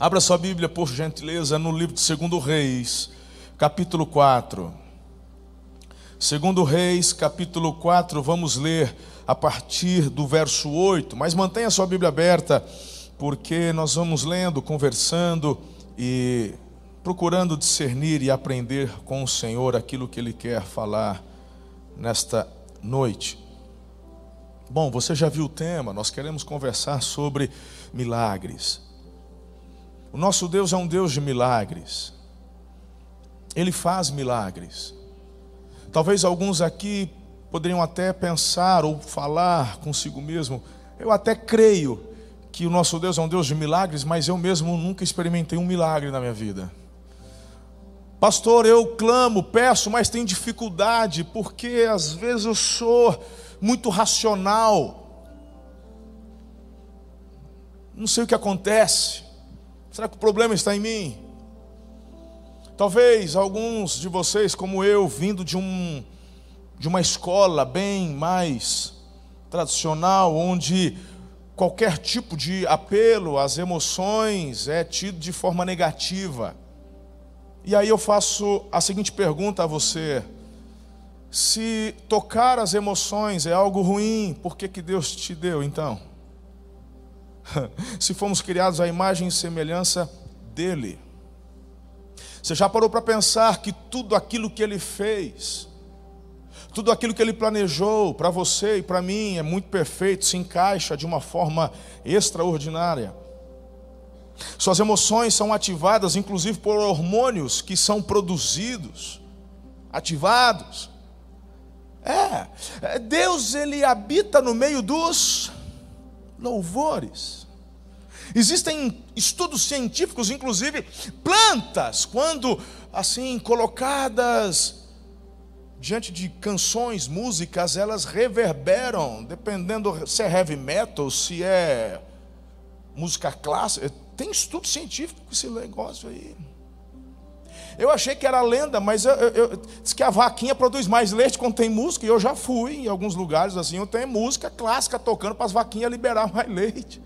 Abra sua Bíblia, por gentileza, no livro de 2 Reis, capítulo 4. 2 Reis, capítulo 4, vamos ler a partir do verso 8. Mas mantenha sua Bíblia aberta, porque nós vamos lendo, conversando e procurando discernir e aprender com o Senhor aquilo que Ele quer falar nesta noite. Bom, você já viu o tema, nós queremos conversar sobre milagres. O nosso Deus é um Deus de milagres. Ele faz milagres. Talvez alguns aqui poderiam até pensar ou falar consigo mesmo: eu até creio que o nosso Deus é um Deus de milagres, mas eu mesmo nunca experimentei um milagre na minha vida. Pastor, eu clamo, peço, mas tenho dificuldade, porque às vezes eu sou muito racional. Não sei o que acontece. Será que o problema está em mim? Talvez alguns de vocês, como eu, vindo de uma escola bem mais tradicional, onde qualquer tipo de apelo às emoções é tido de forma negativa. E aí eu faço a seguinte pergunta a você: se tocar as emoções é algo ruim, por que Deus te deu então? Se fomos criados à imagem e semelhança dele. Você já parou para pensar que tudo aquilo que Ele fez, tudo aquilo que Ele planejou para você e para mim é muito perfeito, se encaixa de uma forma extraordinária? Suas emoções são ativadas inclusive por hormônios que são produzidos, ativados. Deus, Ele habita no meio dos louvores. Existem estudos científicos, inclusive plantas, quando assim colocadas diante de canções, músicas, elas reverberam, dependendo se é heavy metal, se é música clássica. Tem estudo científico com esse negócio aí. Eu achei que era lenda, mas diz que a vaquinha produz mais leite quando tem música, e eu já fui em alguns lugares assim, eu tenho música clássica tocando para as vaquinhas liberar mais leite.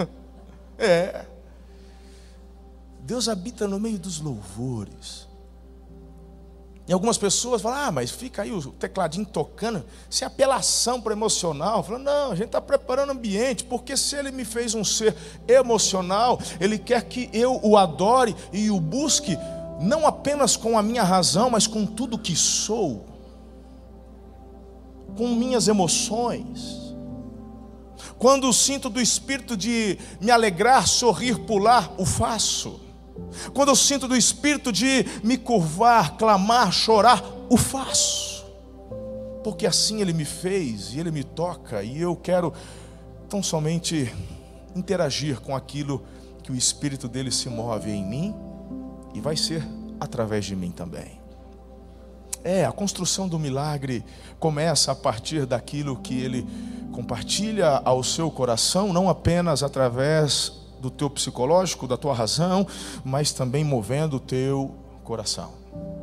Deus habita no meio dos louvores. E algumas pessoas falam: mas fica aí o tecladinho tocando, isso é apelação para o emocional. Eu falo: não, a gente está preparando o ambiente, porque se Ele me fez um ser emocional, Ele quer que eu o adore e o busque, não apenas com a minha razão, mas com tudo que sou, com minhas emoções. Quando sinto do Espírito de me alegrar, sorrir, pular, o faço. Quando eu sinto do Espírito de me curvar, clamar, chorar, o faço. Porque assim Ele me fez e Ele me toca, e eu quero tão somente interagir com aquilo que o Espírito dele se move em mim, e vai ser através de mim também. A construção do milagre começa a partir daquilo que Ele compartilha ao seu coração, não apenas através do teu psicológico, da tua razão, mas também movendo o teu coração.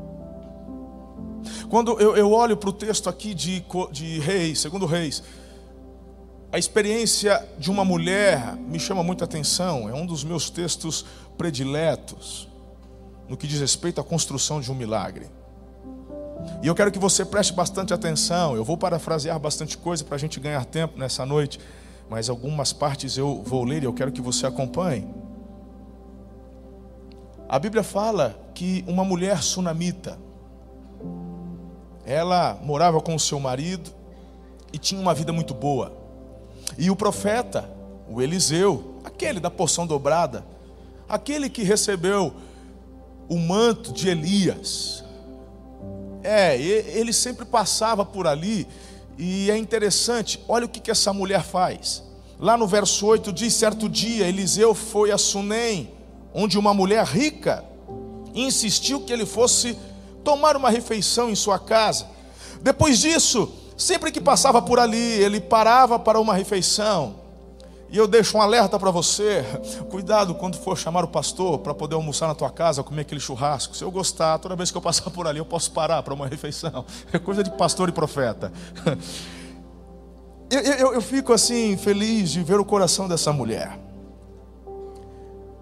Quando eu olho para o texto aqui de Reis, 2 Reis, a experiência de uma mulher me chama muita atenção. É um dos meus textos prediletos no que diz respeito à construção de um milagre. E eu quero que você preste bastante atenção. Eu vou parafrasear bastante coisa para a gente ganhar tempo nessa noite, mas algumas partes eu vou ler e eu quero que você acompanhe. A Bíblia fala que uma mulher sunamita, ela morava com o seu marido e tinha uma vida muito boa. E o profeta, o Eliseu, aquele da porção dobrada, aquele que recebeu o manto de Elias, ele sempre passava por ali. E é interessante, olha o que essa mulher faz. Lá no verso 8 diz: certo dia Eliseu foi a Sunem, onde uma mulher rica insistiu que ele fosse tomar uma refeição em sua casa. Depois disso, sempre que passava por ali, ele parava para uma refeição. E eu deixo um alerta para você: cuidado quando for chamar o pastor para poder almoçar na tua casa, comer aquele churrasco. Se eu gostar, toda vez que eu passar por ali, eu posso parar para uma refeição. É coisa de pastor e profeta. Eu fico assim feliz de ver o coração dessa mulher.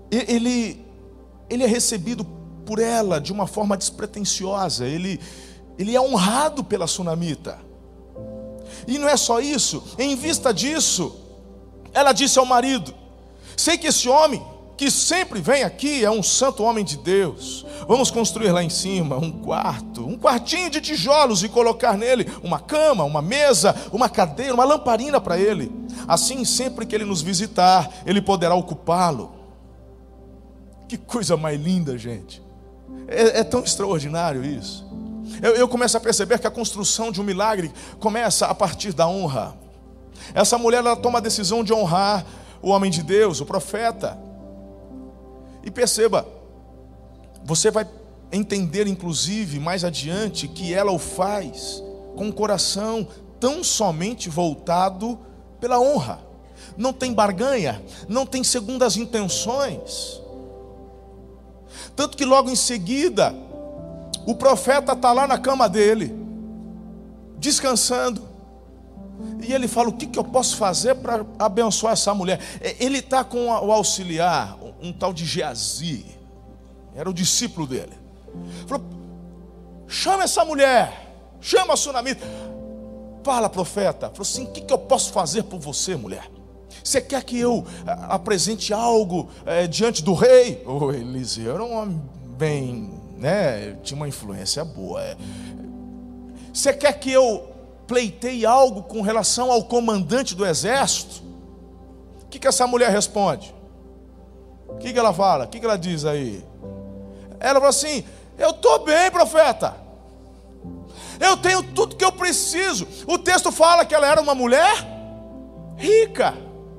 ele é recebido por ela de uma forma despretensiosa, ele é honrado pela sunamita. E não é só isso, em vista disso, ela disse ao marido: sei que esse homem que sempre vem aqui é um santo homem de Deus. Vamos construir lá em cima um quartinho de tijolos e colocar nele uma cama, uma mesa, uma cadeira, uma lamparina para ele. Assim, sempre que ele nos visitar, ele poderá ocupá-lo. Que coisa mais linda, gente. É tão extraordinário isso. Eu começo a perceber que a construção de um milagre começa a partir da honra. Essa mulher, ela toma a decisão de honrar o homem de Deus, o profeta. E perceba, você vai entender inclusive mais adiante que ela o faz com um coração tão somente voltado pela honra. Não tem barganha, não tem segundas intenções. Tanto que logo em seguida, o profeta está lá na cama dele, descansando. E ele fala: o que eu posso fazer para abençoar essa mulher? Ele está com o auxiliar, um tal de Geazi, era o discípulo dele. Falou: chama essa mulher, chama a sunamita. Fala, profeta. Falou assim: o que eu posso fazer por você, mulher? Você quer que eu apresente algo diante do rei? O Eliseu era um homem bem, tinha uma influência boa. Você quer que eu pleiteie algo com relação ao comandante do exército? O que essa mulher responde? O que ela fala? O que ela diz aí? Ela fala assim: eu estou bem, profeta. Eu tenho tudo que eu preciso. O texto fala que ela era uma mulher rica.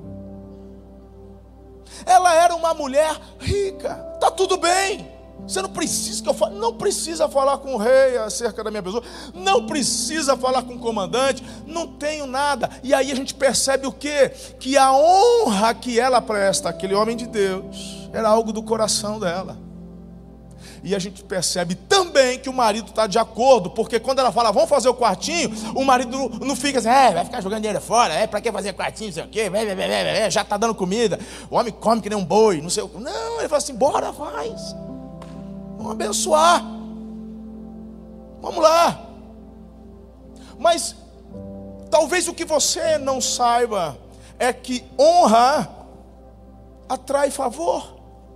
Ela era uma mulher rica. Está tudo bem. Você não precisa que eu fale, não precisa falar com o rei acerca da minha pessoa, não precisa falar com o comandante, não tenho nada. E aí a gente percebe o quê? Que a honra que ela presta àquele homem de Deus era algo do coração dela. E a gente percebe também que o marido está de acordo, porque quando ela fala: vamos fazer o quartinho, o marido não fica assim: vai ficar jogando dinheiro fora, para que fazer quartinho, não sei o quê, já está dando comida, o homem come que nem um boi, não sei o quê. Não, ele fala assim: bora, faz. Vamos abençoar. Vamos lá. Mas talvez o que você não saiba é que honra atrai favor.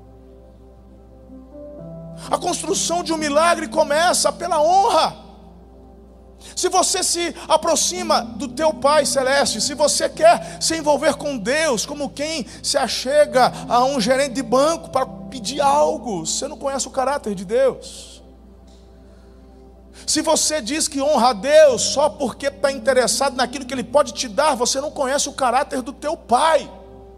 A construção de um milagre começa pela honra. Se você se aproxima do teu Pai Celeste, se você quer se envolver com Deus, como quem se achega a um gerente de banco para pedir algo, você não conhece o caráter de Deus. Se você diz que honra a Deus só porque está interessado naquilo que Ele pode te dar, você não conhece o caráter do teu Pai.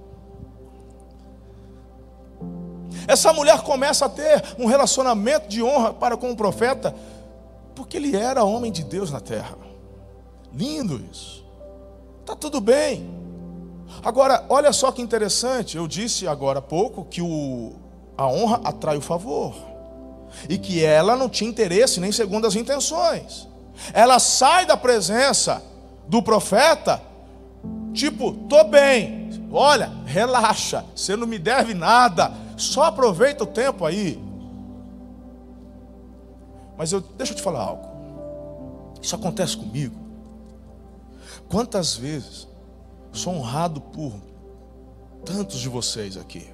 Essa mulher começa a ter um relacionamento de honra para com o profeta, porque ele era homem de Deus na terra. Lindo isso. Está tudo bem. Agora, olha só que interessante. Eu disse agora há pouco que a honra atrai o favor. E que ela não tinha interesse nem segundo as intenções. Ela sai da presença do profeta, tipo: estou bem. Olha, relaxa. Você não me deve nada. Só aproveita o tempo aí. Mas deixa eu te falar algo. Isso acontece comigo. Quantas vezes sou honrado por tantos de vocês aqui,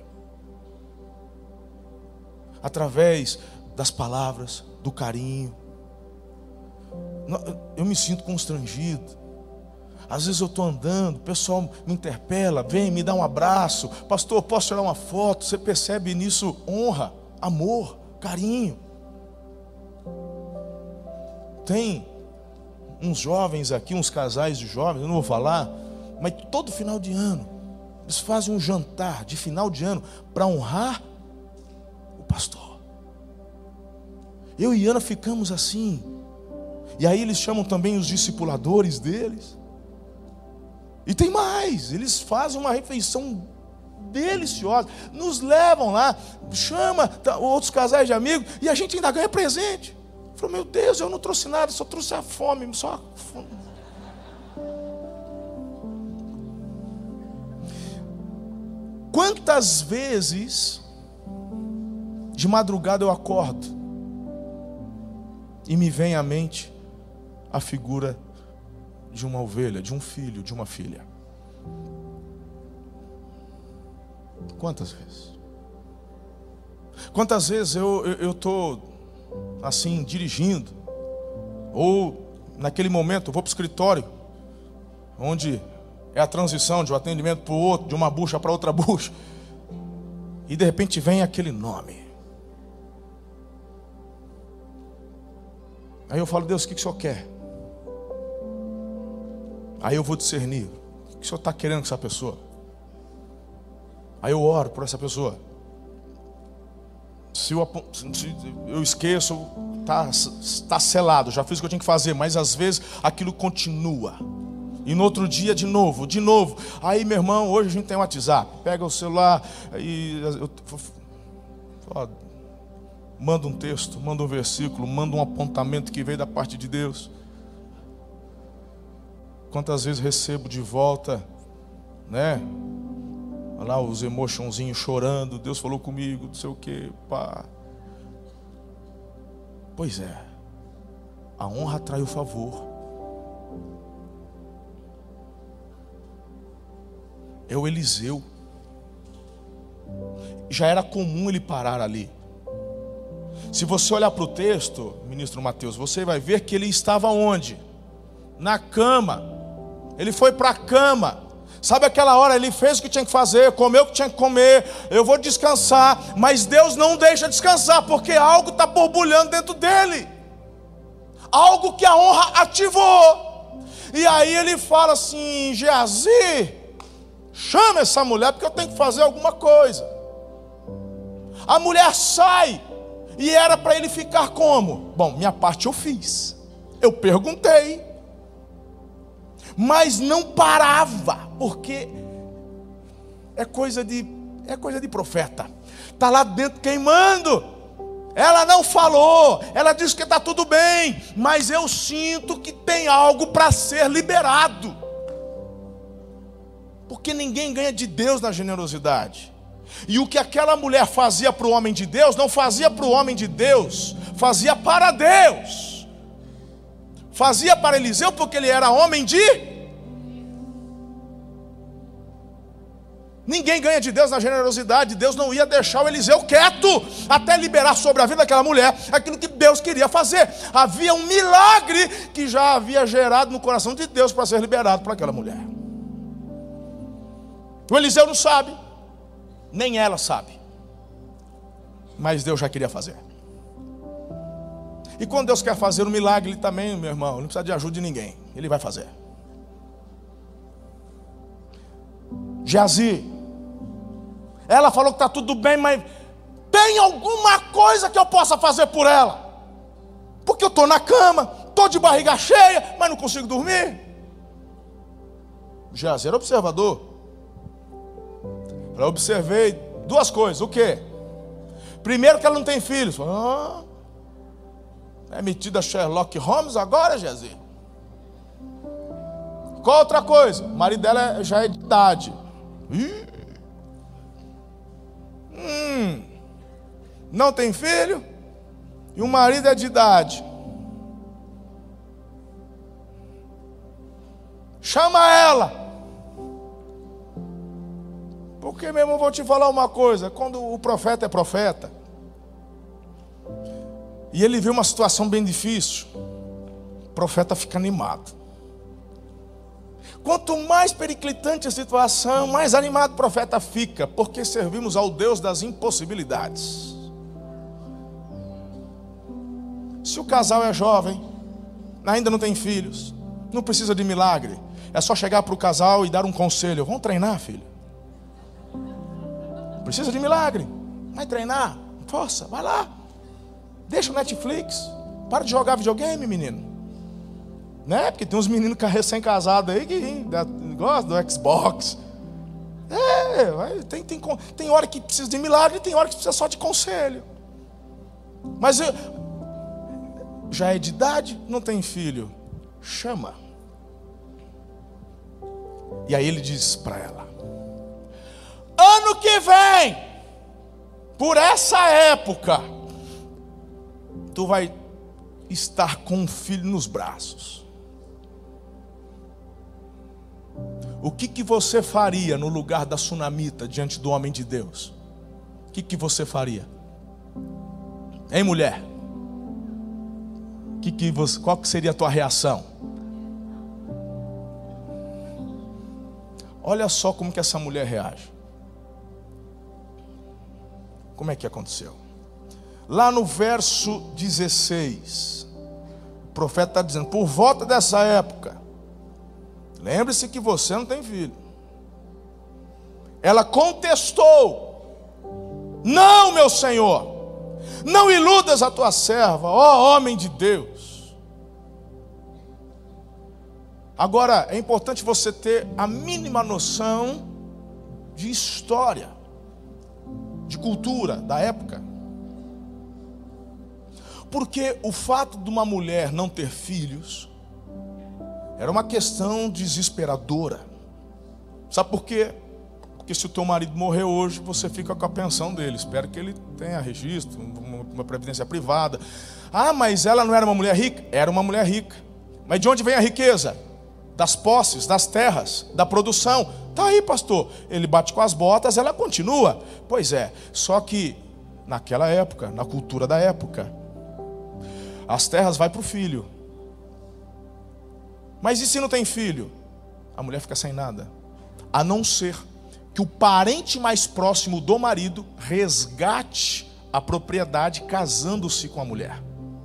através das palavras, do carinho. Eu me sinto constrangido. Às vezes eu estou andando, o pessoal me interpela, vem, me dá um abraço: pastor, posso tirar uma foto? Você percebe nisso honra, amor, carinho. Tem uns jovens aqui, uns casais de jovens, eu não vou falar, mas todo final de ano eles fazem um jantar de final de ano para honrar o pastor. Eu e Ana ficamos assim. E aí eles chamam também os discipuladores deles. E tem mais, eles fazem uma refeição deliciosa, nos levam lá, chama outros casais de amigos, e a gente ainda ganha presente. Eu falo: meu Deus, eu não trouxe nada, só trouxe a fome, só a fome. Quantas vezes De madrugada eu acordo e me vem à mente a figura de uma ovelha, de um filho, de uma filha. Quantas vezes? Quantas vezes eu estou assim, dirigindo, ou naquele momento eu vou para o escritório, onde é a transição de um atendimento para o outro, de uma bucha para outra bucha, e de repente vem aquele nome. Aí eu falo: Deus, o que o Senhor quer? Aí eu vou discernir: o que o Senhor está querendo com essa pessoa? Aí eu oro por essa pessoa. Se eu esqueço, está selado, já fiz o que eu tinha que fazer, mas às vezes aquilo continua. E no outro dia de novo. Aí, meu irmão, hoje a gente tem WhatsApp. Pega o celular e manda um texto, manda um versículo, manda um apontamento que veio da parte de Deus. Quantas vezes recebo de volta, né? Olha lá os emotionzinhos chorando. Deus falou comigo, não sei o que, pá. Pois é, a honra atrai o favor. É o Eliseu. Já era comum ele parar ali. Se você olhar para o texto, ministro Mateus, você vai ver que ele estava onde? Na cama. Ele foi para a cama. Sabe aquela hora, ele fez o que tinha que fazer, comeu o que tinha que comer, eu vou descansar. Mas Deus não deixa descansar, porque algo está borbulhando dentro dele. Algo que a honra ativou. E aí ele fala assim: Geazi, chama essa mulher, porque eu tenho que fazer alguma coisa. A mulher sai. E era para ele ficar como? Bom, minha parte eu fiz. Eu perguntei. Mas não parava, porque é coisa de profeta. Está lá dentro queimando. Ela não falou, ela disse que está tudo bem, mas eu sinto que tem algo para ser liberado. Porque ninguém ganha de Deus na generosidade. E o que aquela mulher fazia para o homem de Deus, não fazia para o homem de Deus, fazia para Deus. Fazia para Eliseu porque ele era homem de... Ninguém ganha de Deus na generosidade. Deus não ia deixar o Eliseu quieto até liberar sobre a vida daquela mulher aquilo que Deus queria fazer. Havia um milagre que já havia gerado no coração de Deus para ser liberado para aquela mulher. O Eliseu não sabe, nem ela sabe, mas Deus já queria fazer. E quando Deus quer fazer um milagre, Ele também, meu irmão, não precisa de ajuda de ninguém, Ele vai fazer. Geazi, ela falou que está tudo bem, mas tem alguma coisa que eu possa fazer por ela? Porque eu estou na cama, estou de barriga cheia, mas não consigo dormir. Geazi era observador. Eu observei duas coisas. O quê? Primeiro, que ela não tem filhos. É metida Sherlock Holmes agora, Geazi? Qual outra coisa? O marido dela já é de idade. Não tem filho e o marido é de idade. Chama ela. Porque, meu irmão, vou te falar uma coisa. Quando o profeta é profeta e ele vê uma situação bem difícil, o profeta fica animado. Quanto mais periclitante a situação, mais animado o profeta fica, porque servimos ao Deus das impossibilidades. Se o casal é jovem, ainda não tem filhos, não precisa de milagre, é só chegar para o casal e dar um conselho: vamos treinar, filho. Precisa de milagre, vai treinar, força, vai lá, deixa o Netflix, para de jogar videogame, menino. Né? Porque tem uns meninos recém-casados aí que gostam do Xbox. Tem hora que precisa de milagre, tem hora que precisa só de conselho. Mas já é de idade, não tem filho, chama. E aí ele diz para ela: ano que vem por essa época, tu vai estar com um filho nos braços. O que você faria no lugar da sunamita diante do homem de Deus? O que você faria? Hein, mulher? Qual que seria a tua reação? Olha só como que essa mulher reage. Como é que aconteceu? Lá no verso 16, o profeta está dizendo: por volta dessa época, lembre-se que você não tem filho. Ela contestou: não, meu senhor, não iludas a tua serva, ó homem de Deus. Agora, é importante você ter a mínima noção de história, de cultura da época. Porque o fato de uma mulher não ter filhos era uma questão desesperadora. Sabe por quê? Porque se o teu marido morrer hoje, você fica com a pensão dele. Espero que ele tenha registro, uma previdência privada. Ah, mas ela não era uma mulher rica? Era uma mulher rica. Mas de onde vem a riqueza? Das posses, das terras, da produção. Tá aí, pastor. Ele bate com as botas, ela continua. Pois é, só que naquela época, na cultura da época, as terras vai para o filho. Mas e se não tem filho? A mulher fica sem nada. A não ser que o parente mais próximo do marido resgate a propriedade casando-se com a mulher.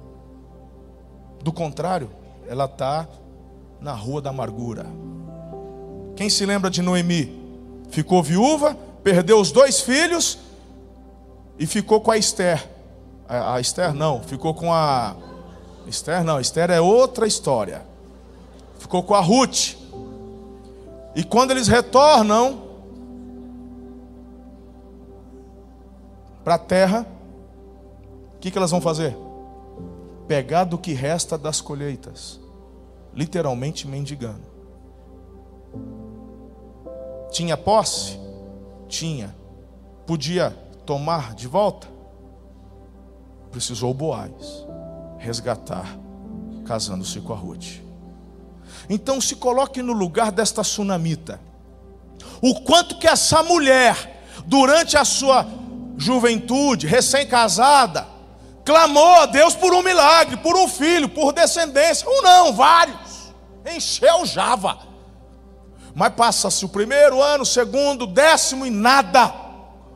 Do contrário, ela está na rua da amargura. Quem se lembra de Noemi? Ficou viúva, perdeu os 2 filhos e ficou com a Esther. A Esther não, ficou com a... Esther não, Esther é outra história. Ficou com a Ruth. E quando eles retornam para a terra, o que elas vão fazer? Pegar do que resta das colheitas. Literalmente mendigando. Tinha posse? Tinha. Podia tomar de volta? Precisou Boaz resgatar, casando-se com a Ruth. Então se coloque no lugar desta sunamita. O quanto que essa mulher, durante a sua juventude, recém-casada, clamou a Deus por um milagre, por um filho, por descendência. Um não, vários. Encheu Java. Mas passa-se o primeiro ano, o segundo, 10º e nada.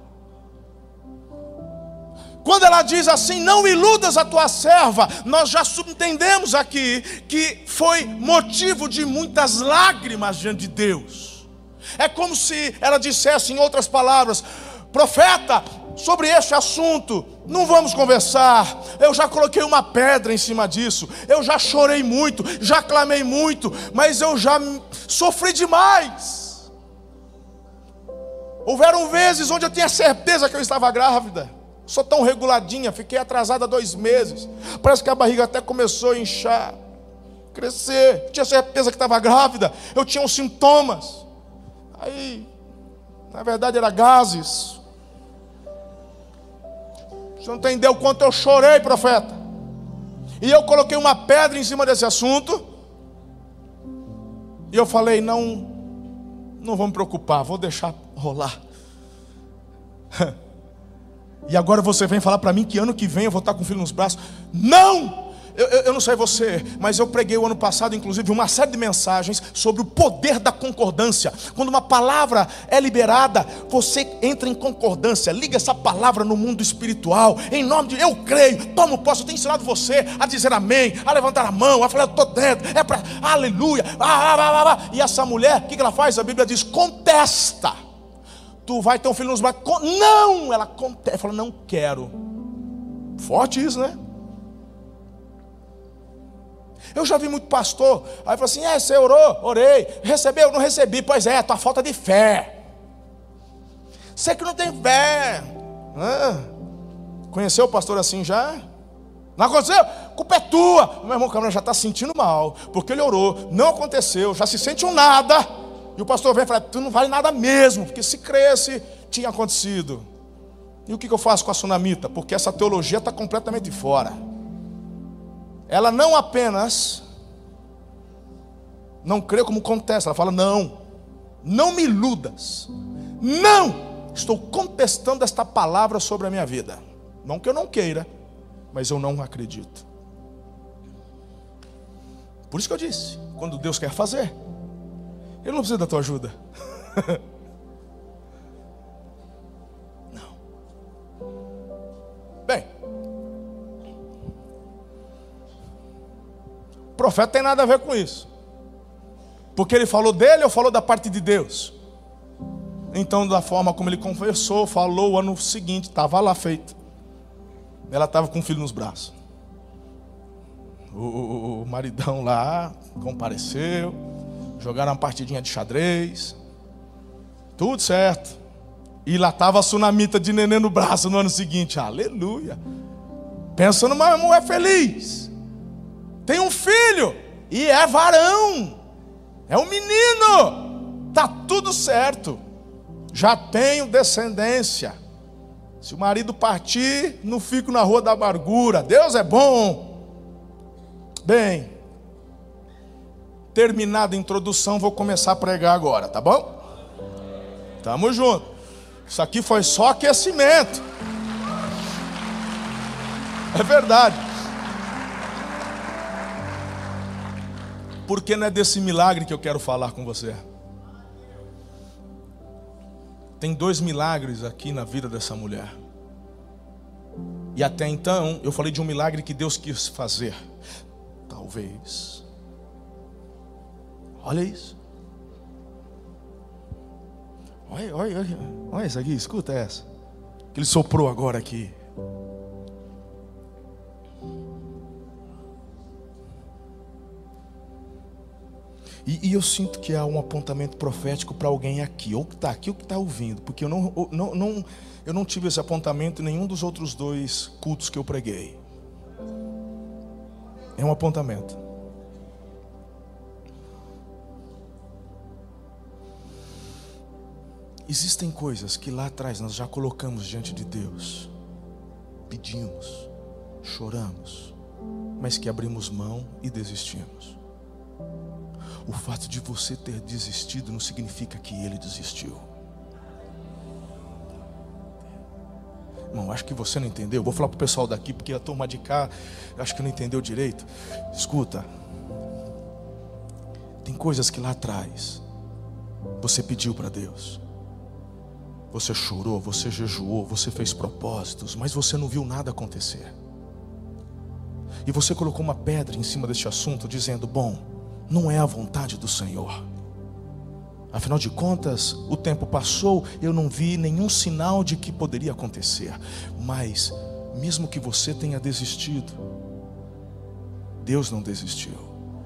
Quando ela diz assim: não iludas a tua serva, nós já subentendemos aqui que foi motivo de muitas lágrimas diante de Deus. É como se ela dissesse, em outras palavras: profeta, sobre este assunto não vamos conversar. Eu já coloquei uma pedra em cima disso. Eu já chorei muito, já clamei muito, mas eu já sofri demais. Houveram vezes onde eu tinha certeza que eu estava grávida. Sou tão reguladinha, fiquei atrasada 2 meses. Parece que a barriga até começou a inchar, crescer. Tinha certeza que estava grávida. Eu tinha uns sintomas. Aí, na verdade, era gases. Você não entendeu o quanto eu chorei, profeta. E eu coloquei uma pedra em cima desse assunto. E eu falei: não vou me preocupar, vou deixar rolar. E agora você vem falar para mim que ano que vem eu vou estar com o filho nos braços. Não! Eu não sei você, mas eu preguei o ano passado, inclusive, uma série de mensagens sobre o poder da concordância. Quando uma palavra é liberada, você entra em concordância. Liga essa palavra no mundo espiritual. Em nome de... eu creio, tomo posse. Eu tenho ensinado você a dizer amém, a levantar a mão, a falar: eu estou dentro, é para... aleluia. E essa mulher, o que ela faz? A Bíblia diz: contesta. Tu vai ter um filho nos braços. Não, ela contesta. Fala: não quero. Forte isso, né? Eu já vi muito pastor, aí fala assim: você orou? Orei. Recebeu? Não recebi. Pois é, tua falta de fé. Você que não tem fé. Conheceu o pastor assim já? Não aconteceu? A culpa é tua. Meu irmão, o cara já está se sentindo mal, porque ele orou, não aconteceu, já se sente um nada. E o pastor vem e fala: tu não vale nada mesmo, porque se cresce, tinha acontecido. E o que eu faço com a sunamita? Porque essa teologia está completamente fora. Ela não apenas não crê, como contesta. Ela fala: não me iludas. Não, estou contestando esta palavra sobre a minha vida. Não que eu não queira, mas eu não acredito. Por isso que eu disse, quando Deus quer fazer, Ele não precisa da tua ajuda. Não. Bem, o profeta tem nada a ver com isso. Porque ele falou dele ou falou da parte de Deus? Então, da forma como ele conversou, falou, o ano seguinte, estava lá feito. Ela estava com o filho nos braços. O maridão lá compareceu, jogaram uma partidinha de xadrez, tudo certo. E lá estava a sunamita de neném no braço no ano seguinte. Aleluia. Pensa numa mulher feliz. Tem um filho e é varão, é um menino. Está tudo certo. Já tenho descendência. Se o marido partir, não fico na rua da amargura. Deus é bom. Bem, terminada a introdução, vou começar a pregar agora, tá bom? Tamo junto. Isso aqui foi só aquecimento. É verdade. Porque não é desse milagre que eu quero falar com você. Tem 2 milagres aqui na vida dessa mulher. E até então, eu falei de um milagre que Deus quis fazer. Talvez. Olha isso. Olha isso aqui, escuta essa. Que ele soprou agora aqui. E eu sinto que há um apontamento profético para alguém aqui, ou que está aqui, ou que está ouvindo, porque eu não tive esse apontamento em nenhum dos outros 2 cultos que eu preguei. É um apontamento. Existem coisas que lá atrás nós já colocamos diante de Deus, pedimos, choramos, mas que abrimos mão e desistimos. O fato de você ter desistido não significa que Ele desistiu. Irmão, acho que você não entendeu. Vou falar para o pessoal daqui, porque a turma de cá acho que não entendeu direito. Escuta, tem coisas que lá atrás você pediu para Deus. Você chorou, você jejuou, você fez propósitos, mas você não viu nada acontecer. E você colocou uma pedra em cima deste assunto, dizendo: bom, não é a vontade do Senhor. Afinal de contas, o tempo passou, eu não vi nenhum sinal de que poderia acontecer. Mas, mesmo que você tenha desistido, Deus não desistiu.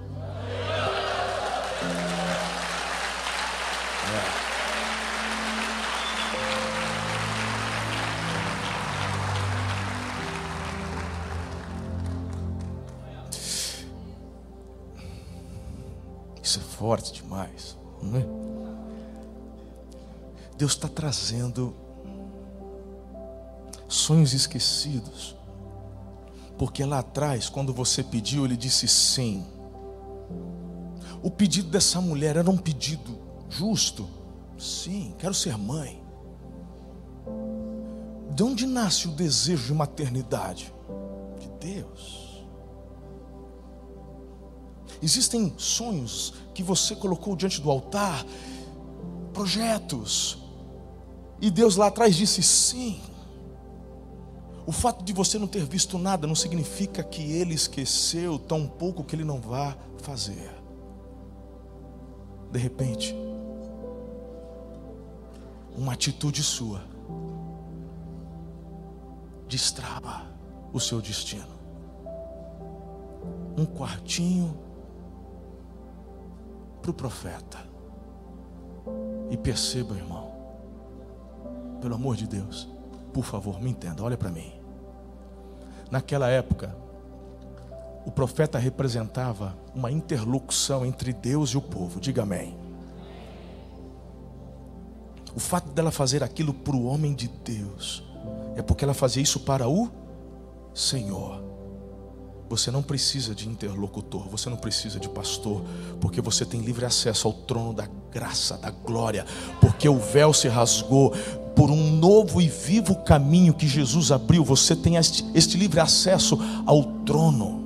Isso é forte demais, não é? Deus está trazendo sonhos esquecidos, porque lá atrás, quando você pediu, Ele disse sim. O pedido dessa mulher era um pedido justo. Sim, quero ser mãe. De onde nasce o desejo de maternidade? De Deus. Existem sonhos que você colocou diante do altar, projetos, e Deus lá atrás disse sim. O fato de você não ter visto nada não significa que Ele esqueceu, tão pouco que Ele não vá fazer. De repente, uma atitude sua destrava o seu destino. Um quartinho para o profeta. E perceba, irmão, pelo amor de Deus, por favor, me entenda, olha para mim. Naquela época, o profeta representava uma interlocução entre Deus e o povo. Diga amém. O fato dela fazer aquilo para o homem de Deus é porque ela fazia isso para o Senhor. Você não precisa de interlocutor, você não precisa de pastor, porque você tem livre acesso ao trono da graça, da glória, porque o véu se rasgou por um novo e vivo caminho que Jesus abriu. Você tem este livre acesso ao trono.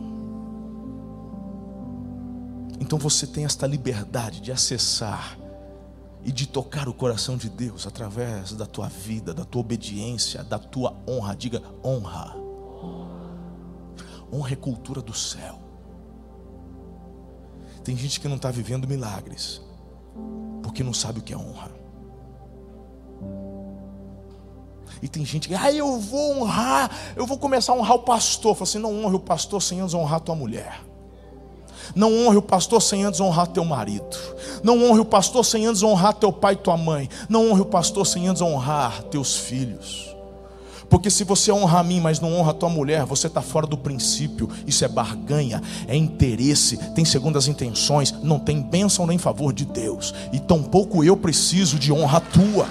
Então você tem esta liberdade de acessar e de tocar o coração de Deus através da tua vida, da tua obediência, da tua honra. Diga honra. Honra é cultura do céu. Tem gente que não está vivendo milagres porque não sabe o que é honra. E tem gente que, eu vou honrar, eu vou começar a honrar o pastor. Fala assim, não honre o pastor sem antes honrar tua mulher. Não honre o pastor sem antes honrar teu marido. Não honre o pastor sem antes honrar teu pai e tua mãe. Não honre o pastor sem antes honrar teus filhos. Porque se você honra a mim, mas não honra a tua mulher, você está fora do princípio. Isso é barganha, é interesse, tem segundas intenções, não tem bênção nem favor de Deus. E tampouco eu preciso de honra tua.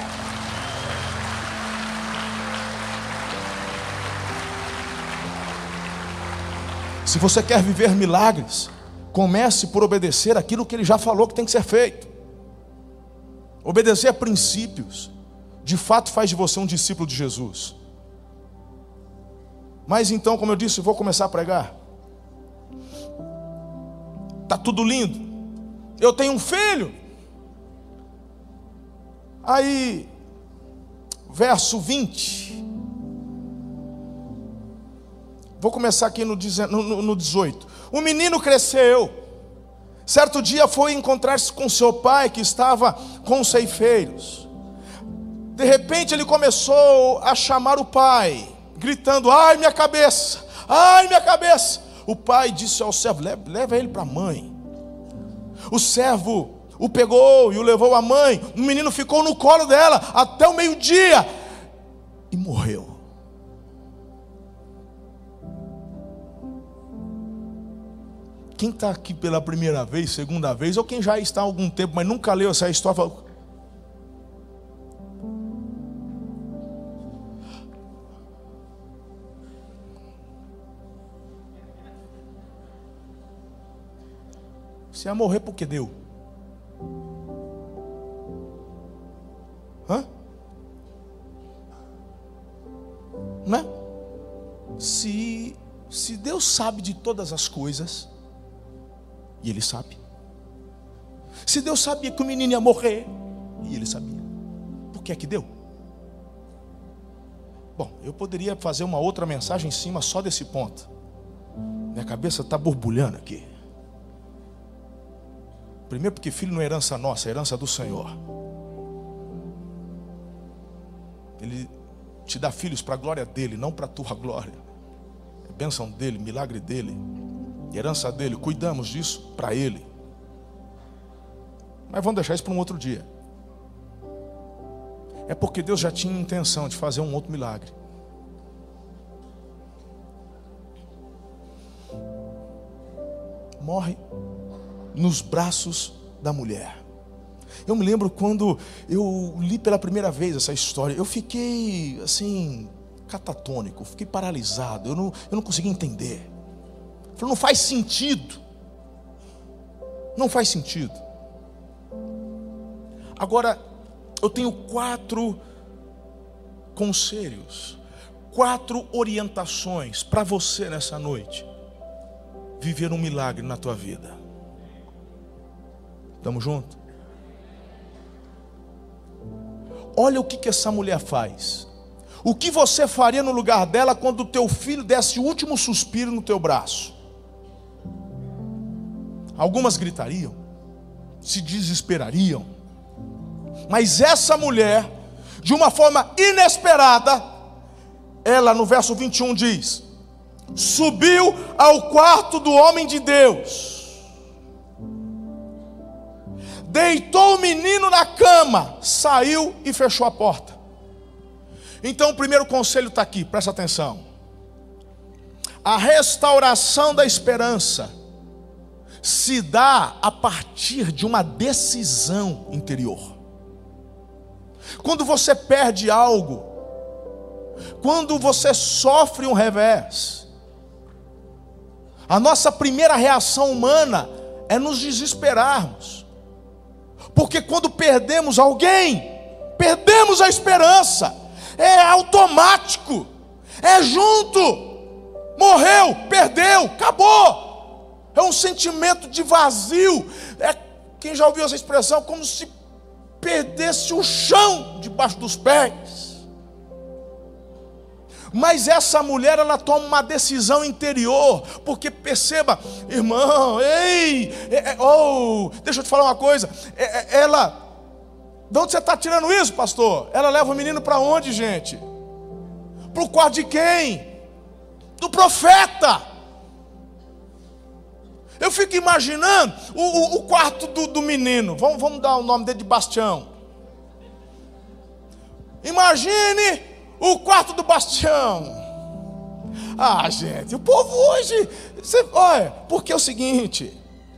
Se você quer viver milagres, comece por obedecer aquilo que ele já falou que tem que ser feito. Obedecer a princípios de fato faz de você um discípulo de Jesus. Mas então, como eu disse, eu vou começar a pregar. Tá tudo lindo. Eu tenho um filho. Aí, verso 20. Vou começar aqui no 18. O menino cresceu. Certo dia foi encontrar-se com seu pai, que estava com os ceifeiros. De repente ele começou a chamar o pai, gritando, ai minha cabeça, ai minha cabeça. O pai disse ao servo, leva ele para a mãe. O servo o pegou e o levou à mãe. O menino ficou no colo dela até o meio-dia e morreu. Quem está aqui pela primeira vez, segunda vez, ou quem já está há algum tempo, mas nunca leu essa história, fala, você ia morrer porque deu. Hã? Não é? Se Deus sabe de todas as coisas, e Ele sabe. Se Deus sabia que o menino ia morrer, e Ele sabia, por que é que deu? Bom, eu poderia fazer uma outra mensagem em cima só desse ponto. Minha cabeça está borbulhando aqui. Primeiro porque filho não é herança nossa, é herança do Senhor. Ele te dá filhos para a glória dEle, não para a tua glória. É bênção dEle, milagre dEle, herança dEle, cuidamos disso para Ele. Mas vamos deixar isso para um outro dia. É porque Deus já tinha intenção de fazer um outro milagre. Morre nos braços da mulher. Eu me lembro quando eu li pela primeira vez essa história, eu fiquei assim, catatônico, fiquei paralisado, eu não conseguia entender. Eu falei, não faz sentido. Não faz sentido. Agora, eu tenho 4 conselhos, 4 orientações para você nessa noite viver um milagre na tua vida. Estamos juntos? Olha o que essa mulher faz. O que você faria no lugar dela quando o teu filho desse o último suspiro no teu braço? Algumas gritariam, se desesperariam. Mas essa mulher, de uma forma inesperada, ela no verso 21 diz: subiu ao quarto do homem de Deus, deitou o menino na cama, saiu e fechou a porta. Então o primeiro conselho está aqui, presta atenção. A restauração da esperança se dá a partir de uma decisão interior. Quando você perde algo, Quando você sofre um revés, a nossa primeira reação humana é nos desesperarmos. Porque quando perdemos alguém, perdemos a esperança. É automático. É junto. Morreu, perdeu, acabou. É um sentimento de vazio. Quem já ouviu essa expressão? Como se perdesse o chão debaixo dos pés. Mas essa mulher, ela toma uma decisão interior, porque perceba, irmão, deixa eu te falar uma coisa, de onde você está tirando isso, pastor? Ela leva o menino para onde, gente? Para o quarto de quem? Do profeta. Eu fico imaginando o quarto do menino, vamos dar o nome dele de Bastião. Imagine o quarto do Bastião. Ah, gente, o povo hoje, olha, porque é o seguinte,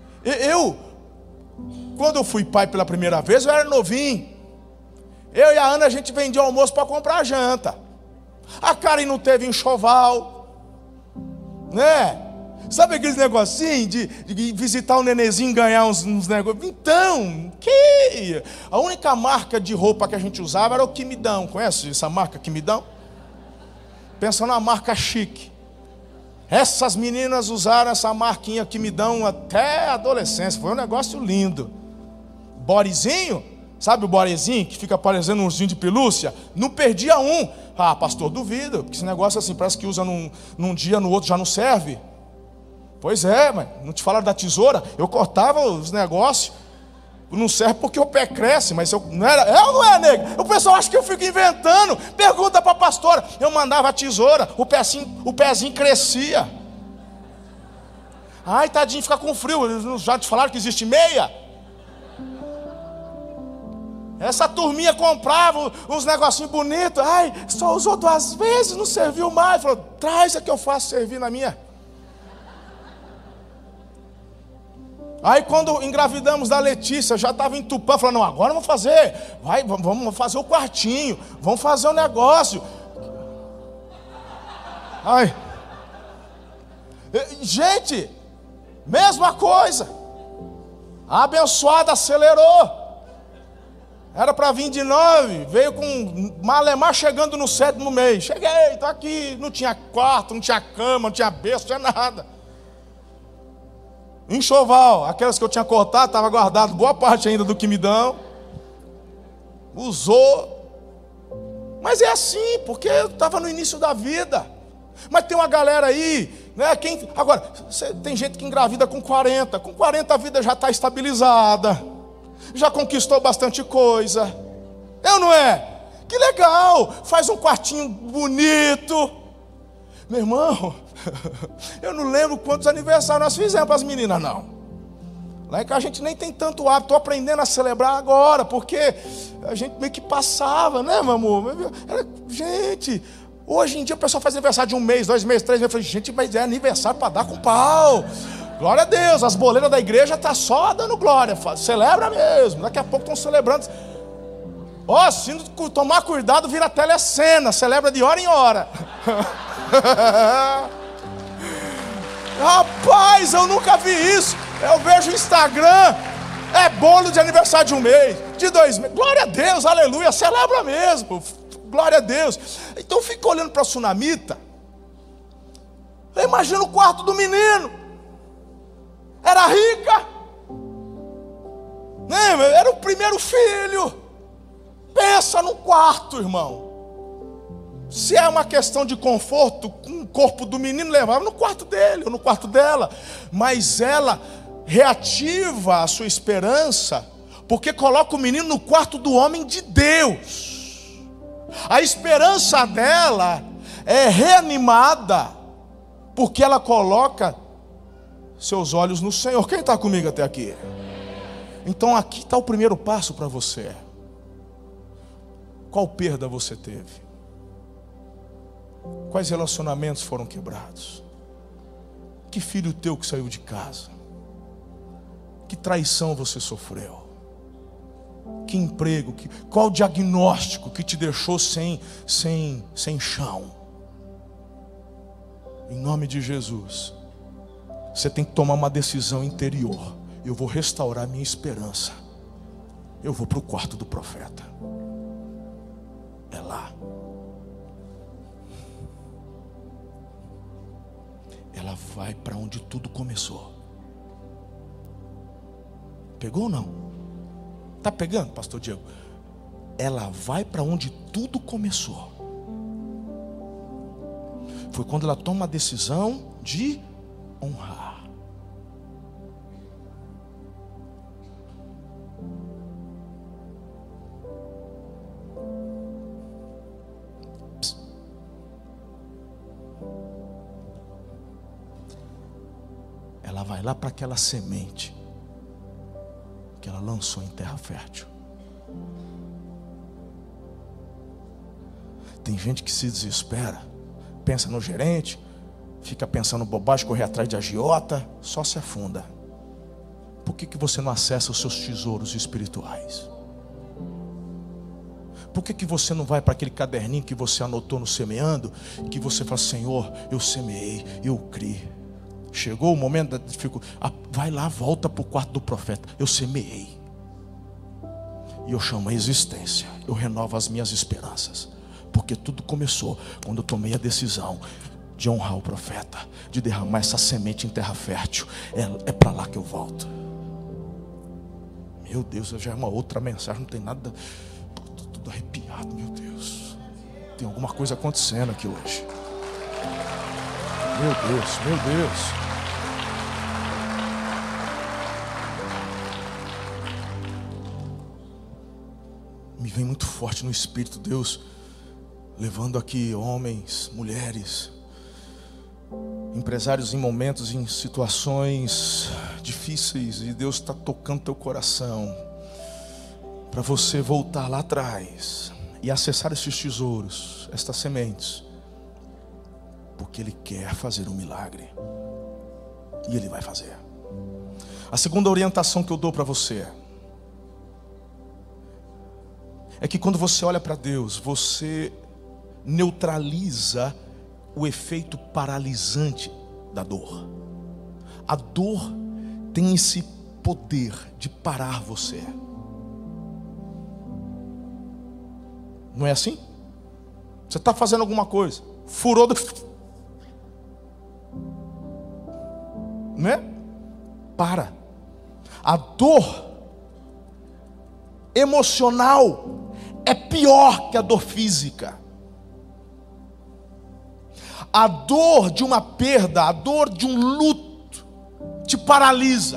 quando eu fui pai pela primeira vez, eu era novinho. Eu e a Ana, a gente vendia almoço para comprar janta. A Karen não teve enxoval, né? Sabe aqueles negocinhos de visitar o nenenzinho e ganhar uns negócios? Então, a única marca de roupa que a gente usava era o Quimidão. Conhece essa marca Quimidão? Pensa numa marca chique. Essas meninas usaram essa marquinha Quimidão até a adolescência. Foi um negócio lindo. Borezinho, sabe o borezinho que fica parecendo um ursinho de pelúcia? Não perdia um. Ah, pastor, duvido, porque esse negócio assim, parece que usa num dia, no outro já não serve. Pois é, mas não te falaram da tesoura? Eu cortava os negócios, não serve porque o pé cresce, mas eu não era, ou não é, nego? O pessoal acha que eu fico inventando. Pergunta para a pastora. Eu mandava a tesoura, o pezinho crescia. Ai, tadinho, fica com frio. Já te falaram que existe meia? Essa turminha comprava uns negocinhos bonitos. Ai, só usou 2 vezes, não serviu mais. Falou, traz a que eu faço servir na minha. Aí quando engravidamos da Letícia, já estava em Tupã, falando, não, agora vamos fazer, vamos fazer o quartinho, vamos fazer o negócio. Ai. Gente, mesma coisa. A abençoada acelerou. Era para vir de 9, veio com malemar chegando no 7º mês. Cheguei, estou aqui, não tinha quarto, não tinha cama, não tinha berço, não tinha nada. Enxoval, aquelas que eu tinha cortado, estava guardado boa parte ainda do que me dão. Usou. Mas é assim, porque eu estava no início da vida. Mas tem uma galera aí, né? Agora, tem gente que engravida com 40. Com 40 a vida já está estabilizada. Já conquistou bastante coisa. Eu não é? Que legal, faz um quartinho bonito. Meu irmão, eu não lembro quantos aniversários nós fizemos para as meninas, não. Lá em casa a gente nem tem tanto hábito, estou aprendendo a celebrar agora, porque a gente meio que passava, né, meu amor? Gente, hoje em dia o pessoal faz aniversário de 1 mês, 2 meses, 3 meses. Eu falei, gente, mas é aniversário para dar com pau. Glória a Deus, as boleiras da igreja estão só dando glória, celebra mesmo. Daqui a pouco estão celebrando. Ó, se não tomar cuidado, vira telecena, celebra de hora em hora. Rapaz, eu nunca vi isso. Eu vejo o Instagram, é bolo de aniversário de 1 mês, de 2 meses. Glória a Deus, aleluia, celebra mesmo. Glória a Deus. Então eu fico olhando para a Sunamita. Eu imagino o quarto do menino. Era rica, né? Era o primeiro filho. Pensa no quarto, irmão. Se é uma questão de conforto, o corpo do menino levava no quarto dele ou no quarto dela. Mas ela reativa a sua esperança, porque coloca o menino no quarto do homem de Deus. A esperança dela é reanimada, porque ela coloca seus olhos no Senhor. Quem está comigo até aqui? Então aqui está o primeiro passo para você. Qual perda você teve? Quais relacionamentos foram quebrados? Que filho teu que saiu de casa? Que traição você sofreu? Que emprego? Qual o diagnóstico que te deixou sem chão? Em nome de Jesus, você tem que tomar uma decisão interior. Eu vou restaurar minha esperança. Eu vou para o quarto do profeta. É lá. Ela vai para onde tudo começou. Pegou ou não? Está pegando, pastor Diego? Ela vai para onde tudo começou. Foi quando ela toma a decisão de honrar. Ela vai lá para aquela semente que ela lançou em terra fértil. Tem gente que se desespera, pensa no gerente, fica pensando bobagem, correr atrás de agiota, só se afunda. Por que você não acessa os seus tesouros espirituais? Por que você não vai para aquele caderninho que você anotou no semeando, que você fala: Senhor, eu semeei, eu criei. Chegou o momento da dificuldade, vai lá, volta para o quarto do profeta. Eu semeei, e eu chamo a existência, eu renovo as minhas esperanças. Porque tudo começou quando eu tomei a decisão de honrar o profeta, de derramar essa semente em terra fértil. É para lá que eu volto. Meu Deus, já é uma outra mensagem, não tem nada. Estou tudo arrepiado, meu Deus. Tem alguma coisa acontecendo aqui hoje. Meu Deus, meu Deus. Me vem muito forte no Espírito Deus, levando aqui homens, mulheres, empresários em momentos, em situações difíceis, e Deus está tocando teu coração para você voltar lá atrás e acessar esses tesouros, estas sementes, porque Ele quer fazer um milagre, e Ele vai fazer. A segunda orientação que eu dou para você é que quando você olha para Deus, você neutraliza o efeito paralisante da dor. A dor tem esse poder de parar você. Não é assim? Você está fazendo alguma coisa, furou, não é? Para. A dor emocional é pior que a dor física. A dor de uma perda, a dor de um luto te paralisa.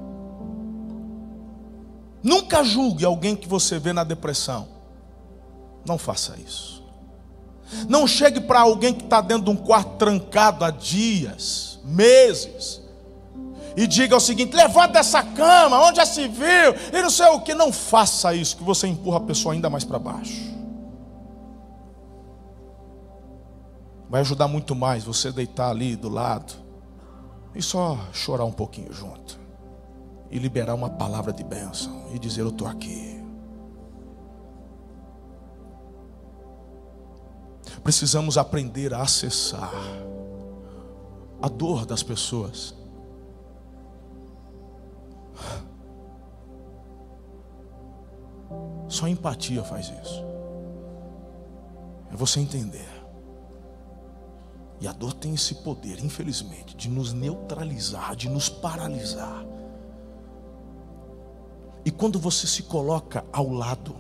Nunca julgue alguém que você vê na depressão. Não faça isso. Não chegue para alguém que está dentro de um quarto trancado há dias, meses, e diga o seguinte: levanta dessa cama, onde já se viu, e não sei o que. Não faça isso, que você empurra a pessoa ainda mais para baixo. Vai ajudar muito mais você deitar ali do lado e só chorar um pouquinho junto, e liberar uma palavra de bênção e dizer: eu estou aqui. Precisamos aprender a acessar a dor das pessoas. Só empatia faz isso. É você entender. E a dor tem esse poder, infelizmente, de nos neutralizar, de nos paralisar. E quando você se coloca ao lado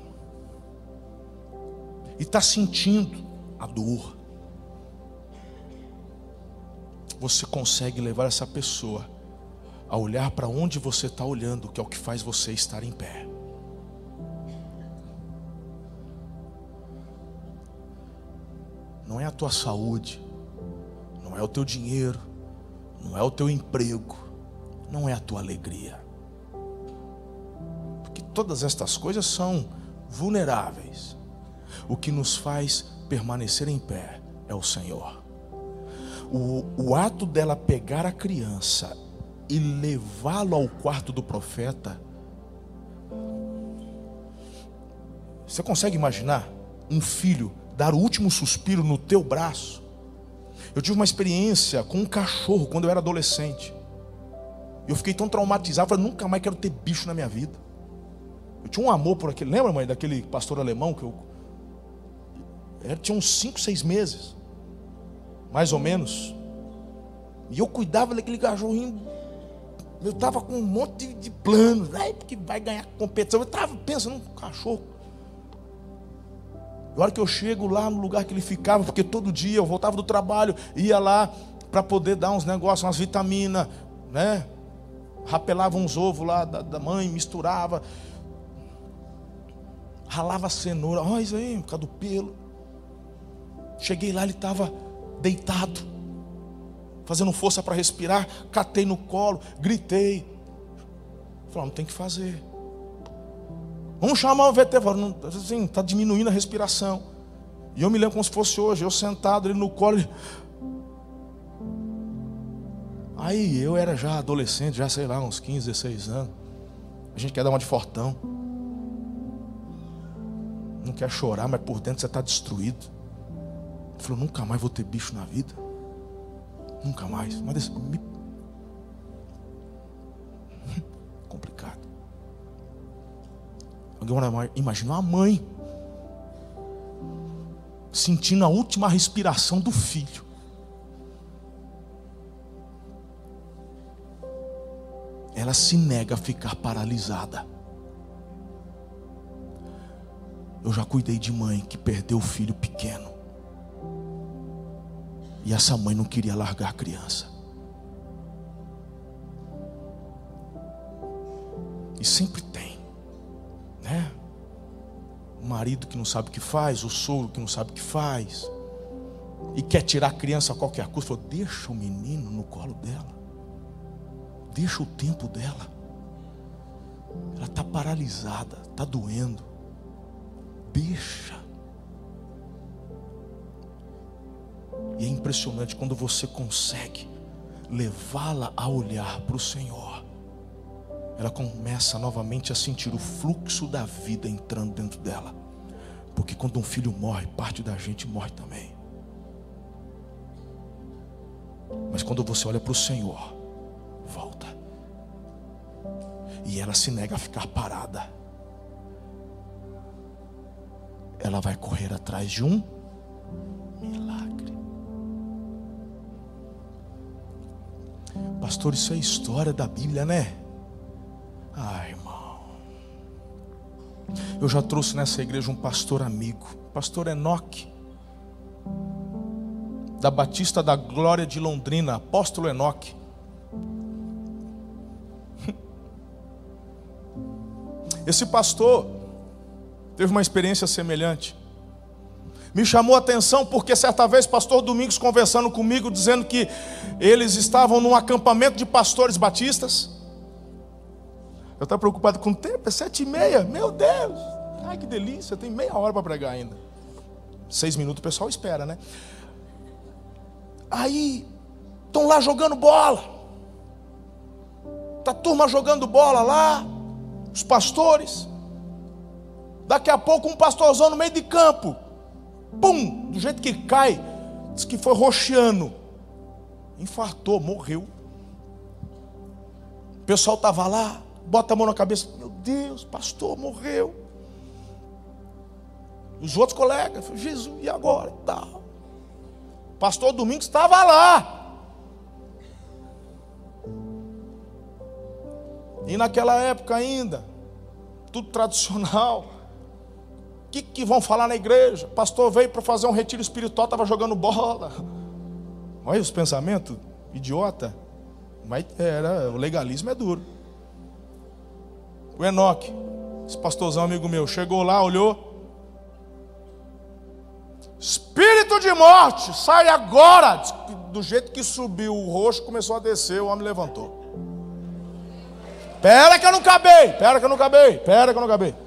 e está sentindo a dor, você consegue levar essa pessoa a olhar para onde você está olhando, que é o que faz você estar em pé. Não é a tua saúde, não é o teu dinheiro, não é o teu emprego, não é a tua alegria, porque todas estas coisas são vulneráveis. O que nos faz permanecer em pé é o Senhor. O ato dela pegar a criança e levá-lo ao quarto do profeta Você consegue imaginar um filho dar o último suspiro no teu braço? Eu tive uma experiência com um cachorro quando eu era adolescente. Eu fiquei tão traumatizado, falei, nunca mais quero ter bicho na minha vida. Eu tinha um amor por aquele, lembra, mãe, daquele pastor alemão que eu tinha uns 5, 6 meses, mais ou menos. E eu cuidava daquele cachorrinho. Eu estava com um monte de planos, porque vai ganhar competição. Eu estava pensando num cachorro. E a hora que eu chego lá no lugar que ele ficava, porque todo dia eu voltava do trabalho, ia lá para poder dar uns negócios, umas vitaminas, né? Rapelava uns ovos lá da mãe, misturava, ralava a cenoura, olha isso aí, por causa do pelo. Cheguei lá, ele estava deitado, fazendo força para respirar. Catei no colo, gritei. Falei, não tem que fazer. Vamos chamar o veterinário. Assim, está diminuindo a respiração. E eu me lembro como se fosse hoje, eu sentado, ele no colo. Aí eu era já adolescente, já sei lá, uns 15, 16 anos. A gente quer dar uma de fortão. Não quer chorar, mas por dentro você está destruído. Ele falou, nunca mais vou ter bicho na vida. Nunca mais. Mas complicado. Agora imagina uma mãe sentindo a última respiração do filho. Ela se nega a ficar paralisada. Eu já cuidei de mãe que perdeu o filho pequeno. E essa mãe não queria largar a criança. E sempre tem, né? O marido que não sabe o que faz, o sogro que não sabe o que faz, e quer tirar a criança a qualquer custo. Falou, deixa o menino no colo dela. Deixa o tempo dela. Ela está paralisada, está doendo. Deixa. E é impressionante quando você consegue levá-la a olhar para o Senhor. Ela começa novamente a sentir o fluxo da vida entrando dentro dela. Porque quando um filho morre, parte da gente morre também. Mas quando você olha para o Senhor, volta. E ela se nega a ficar parada. Ela vai correr atrás de um milagre. Pastor, isso é história da Bíblia, né? Ai, irmão. Eu já trouxe nessa igreja um pastor amigo, pastor Enoque, da Batista da Glória de Londrina, apóstolo Enoque. Esse pastor teve uma experiência semelhante. Me chamou a atenção porque certa vez pastor Domingos conversando comigo, dizendo que eles estavam num acampamento de pastores batistas. Eu estava preocupado com o tempo, é 7h30, meu Deus, ai que delícia, tem meia hora para pregar ainda. 6 minutos o pessoal espera, né? Aí estão lá jogando bola. Tá a turma jogando bola lá, os pastores. Daqui a pouco um pastorzão no meio de campo, pum, do jeito que cai, diz que foi roxeando, infartou, morreu. O pessoal estava lá, bota a mão na cabeça, meu Deus, pastor, morreu. Os outros colegas, Jesus, e agora? Tá. Pastor Domingos estava lá. E naquela época ainda, tudo tradicional. O que vão falar na igreja? Pastor veio para fazer um retiro espiritual, estava jogando bola. Olha os pensamentos, idiota. Mas o legalismo é duro. O Enoque, esse pastorzão amigo meu, chegou lá, olhou. Espírito de morte, sai agora. Do jeito que subiu o roxo, começou a descer, o homem levantou. Pera que eu não acabei.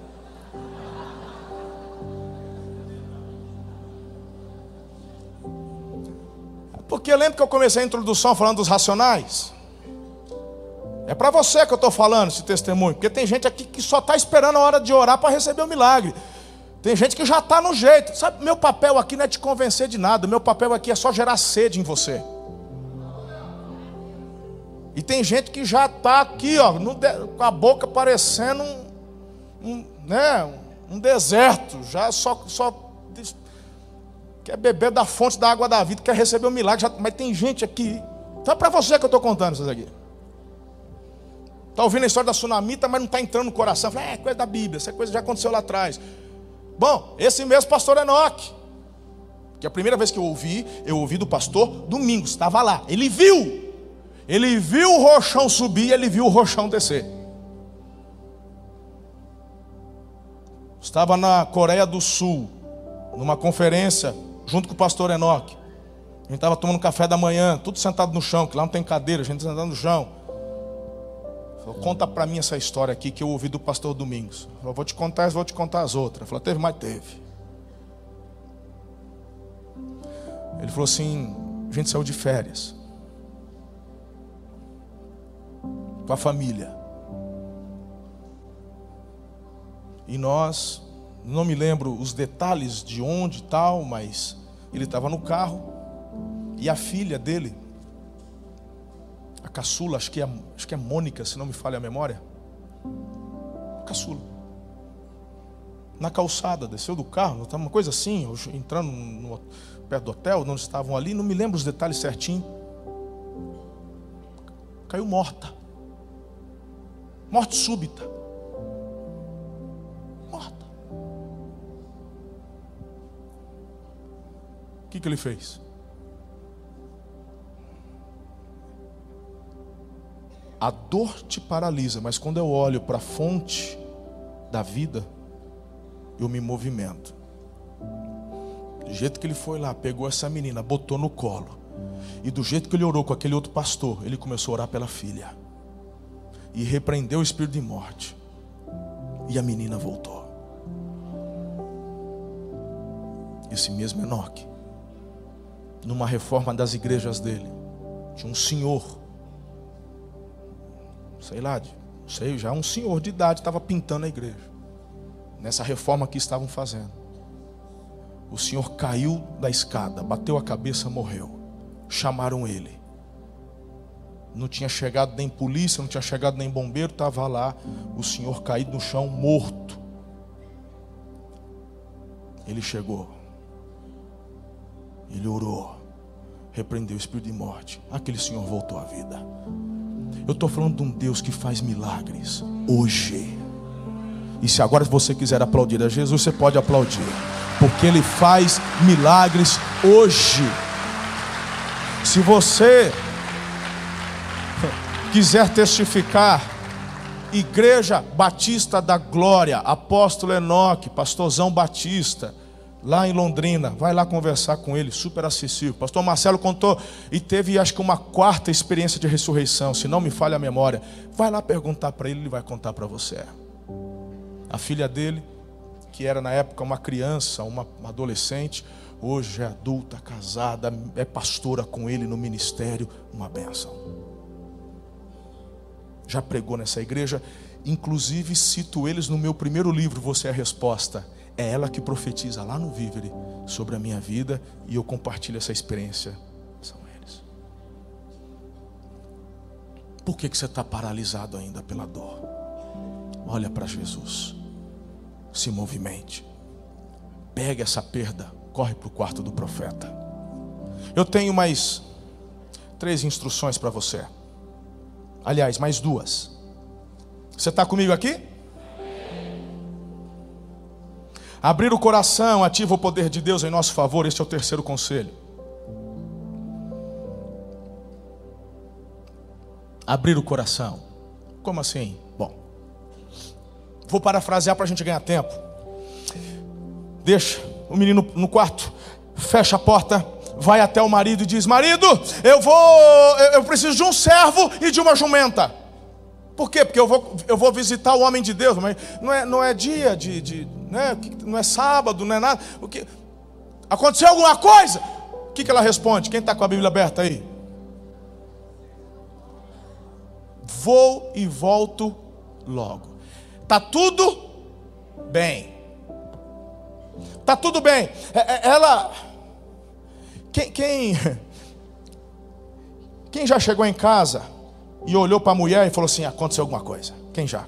Porque lembra que eu comecei a introdução falando dos racionais? É para você que eu estou falando esse testemunho. Porque tem gente aqui que só está esperando a hora de orar para receber o milagre. Tem gente que já está no jeito. Sabe, meu papel aqui não é te convencer de nada. Meu papel aqui é só gerar sede em você. E tem gente que já está aqui, ó, com a boca parecendo um deserto. Já só quer beber da fonte da água da vida, quer receber um milagre. Mas tem gente aqui. Então é para você que eu estou contando isso aqui. Está ouvindo a história da tsunamita, mas não está entrando no coração. Fala, é coisa da Bíblia, essa coisa já aconteceu lá atrás. Bom, esse mesmo pastor Enoque, que a primeira vez que eu ouvi do pastor Domingos, estava lá. Ele viu o rochão subir, ele viu o rochão descer. Estava na Coreia do Sul, numa conferência, junto com o pastor Enoque. A gente estava tomando café da manhã, tudo sentado no chão, que lá não tem cadeira, a gente sentado no chão. Falou, conta para mim essa história aqui que eu ouvi do pastor Domingos. Eu vou te contar as outras. Falou, teve, mas teve. Ele falou assim, a gente saiu de férias com a família. E nós, não me lembro os detalhes de onde e tal, mas ele estava no carro e a filha dele, a caçula, acho que é Mônica, se não me falha a memória. Caçula. Na calçada, desceu do carro, estava uma coisa assim, entrando perto do hotel, onde estavam ali, não me lembro os detalhes certinho. Caiu morta. Morte súbita. Morta. O que ele fez? A dor te paralisa, mas quando eu olho para a fonte da vida, eu me movimento. Do jeito que ele foi lá, pegou essa menina, botou no colo. E do jeito que ele orou com aquele outro pastor, ele começou a orar pela filha. E repreendeu o espírito de morte. E a menina voltou. Esse mesmo Enoque, numa reforma das igrejas dele, tinha um senhor, já um senhor de idade, estava pintando a igreja. Nessa reforma que estavam fazendo. O senhor caiu da escada, bateu a cabeça, morreu. Chamaram ele. Não tinha chegado nem polícia, não tinha chegado nem bombeiro, estava lá o senhor caído no chão, morto. Ele chegou. Ele orou. Repreendeu o espírito de morte. Aquele senhor voltou à vida. Eu estou falando de um Deus que faz milagres hoje. E se agora você quiser aplaudir a Jesus, você pode aplaudir. Porque Ele faz milagres hoje. Se você quiser testificar, Igreja Batista da Glória, Apóstolo Enoque, Pastorzão Batista, lá em Londrina, vai lá conversar com ele, super acessível. Pastor Marcelo contou e teve acho que uma 4ª experiência de ressurreição, se não me falha a memória. Vai lá perguntar para ele, ele vai contar para você. A filha dele, que era na época uma criança, uma adolescente, hoje é adulta, casada, é pastora com ele no ministério, uma bênção. Já pregou nessa igreja, inclusive cito eles no meu primeiro livro, Você é a Resposta. É ela que profetiza lá no Vívere sobre a minha vida e eu compartilho essa experiência. São eles. Por que você está paralisado ainda pela dor? Olha para Jesus. Se movimente. Pega essa perda. Corre para o quarto do profeta. Eu tenho mais 3 instruções para você. Aliás, mais 2. Você está comigo aqui? Abrir o coração ativa o poder de Deus em nosso favor. Este é o 3º conselho. Abrir o coração. Como assim? Bom, vou parafrasear para a gente ganhar tempo. Deixa o menino no quarto, fecha a porta, vai até o marido e diz: marido, eu preciso de um servo e de uma jumenta. Por quê? Porque eu vou visitar o homem de Deus, mas não é dia né? Não é sábado, não é nada. Aconteceu alguma coisa? O que ela responde? Quem está com a Bíblia aberta aí? Vou e volto logo. Está tudo bem. Tá tudo bem. Ela... Quem já chegou em casa e olhou para a mulher e falou assim, aconteceu alguma coisa? Quem já?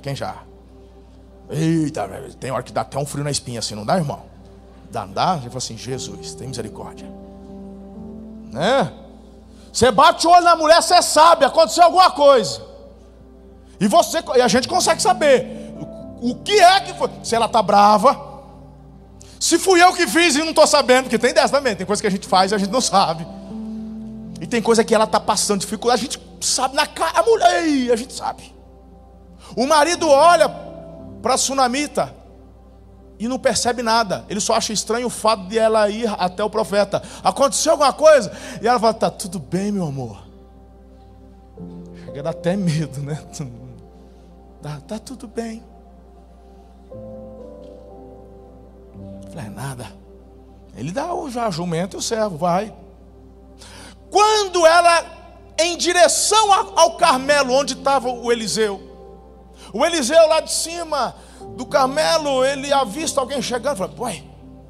Eita, tem hora que dá até um frio na espinha assim, não dá, irmão? Dá? Ele falou assim, Jesus, tem misericórdia. Né? Você bate o olho na mulher, você sabe, aconteceu alguma coisa. E a gente consegue saber o que é que foi. Se ela está brava, se fui eu que fiz e não estou sabendo, porque tem dessa também, tem coisa que a gente faz e a gente não sabe. E tem coisa que ela está passando dificuldade, a gente sabe na cara, a mulher, a gente sabe. O marido olha para a sunamita e não percebe nada. Ele só acha estranho o fato de ela ir até o profeta. Aconteceu alguma coisa? E ela fala, tá tudo bem, meu amor. Chega a dar até medo, né? Tá tudo bem. Não é nada. Ele dá o jumento e o servo, vai. Quando ela, em direção ao Carmelo, onde estava o Eliseu lá de cima do Carmelo, ele avista alguém chegando, fala, ué,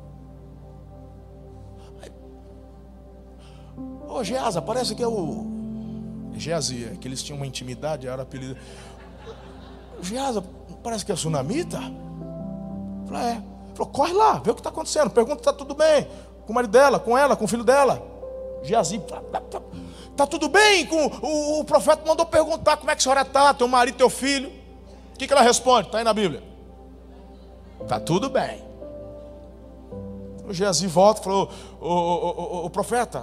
ô Geasa, parece que é o Geazia, que eles tinham uma intimidade, era apelido. Geasa, parece que é a sunamita? Falei, falou, corre lá, vê o que está acontecendo, pergunta se está tudo bem com o marido dela, com ela, com o filho dela. Geazi, tá tudo bem? O profeta mandou perguntar como é que a senhora está, teu marido, teu filho. O que ela responde? Está aí na Bíblia. Tá tudo bem. O Geazi volta e falou, o profeta,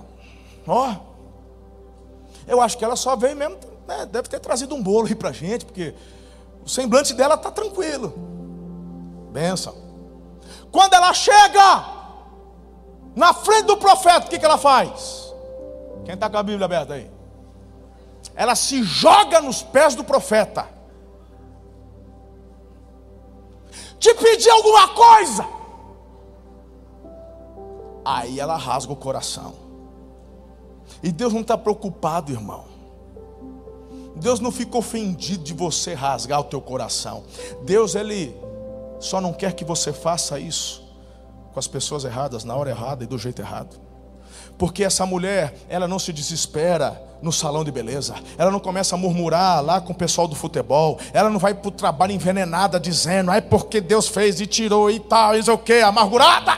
eu acho que ela só veio mesmo, né, deve ter trazido um bolo aí pra gente, porque o semblante dela está tranquilo. Bênção. Quando ela chega na frente do profeta, o que ela faz? Quem está com a Bíblia aberta aí? Ela se joga nos pés do profeta. Te pedi alguma coisa? Aí ela rasga o coração. E Deus não está preocupado, irmão. Deus não fica ofendido de você rasgar o teu coração. Deus, Ele só não quer que você faça isso com as pessoas erradas, na hora errada e do jeito errado. Porque essa mulher, ela não se desespera no salão de beleza. Ela não começa a murmurar lá com o pessoal do futebol. Ela não vai para o trabalho envenenada dizendo, porque Deus fez e tirou e tal, e não sei o que, amargurada.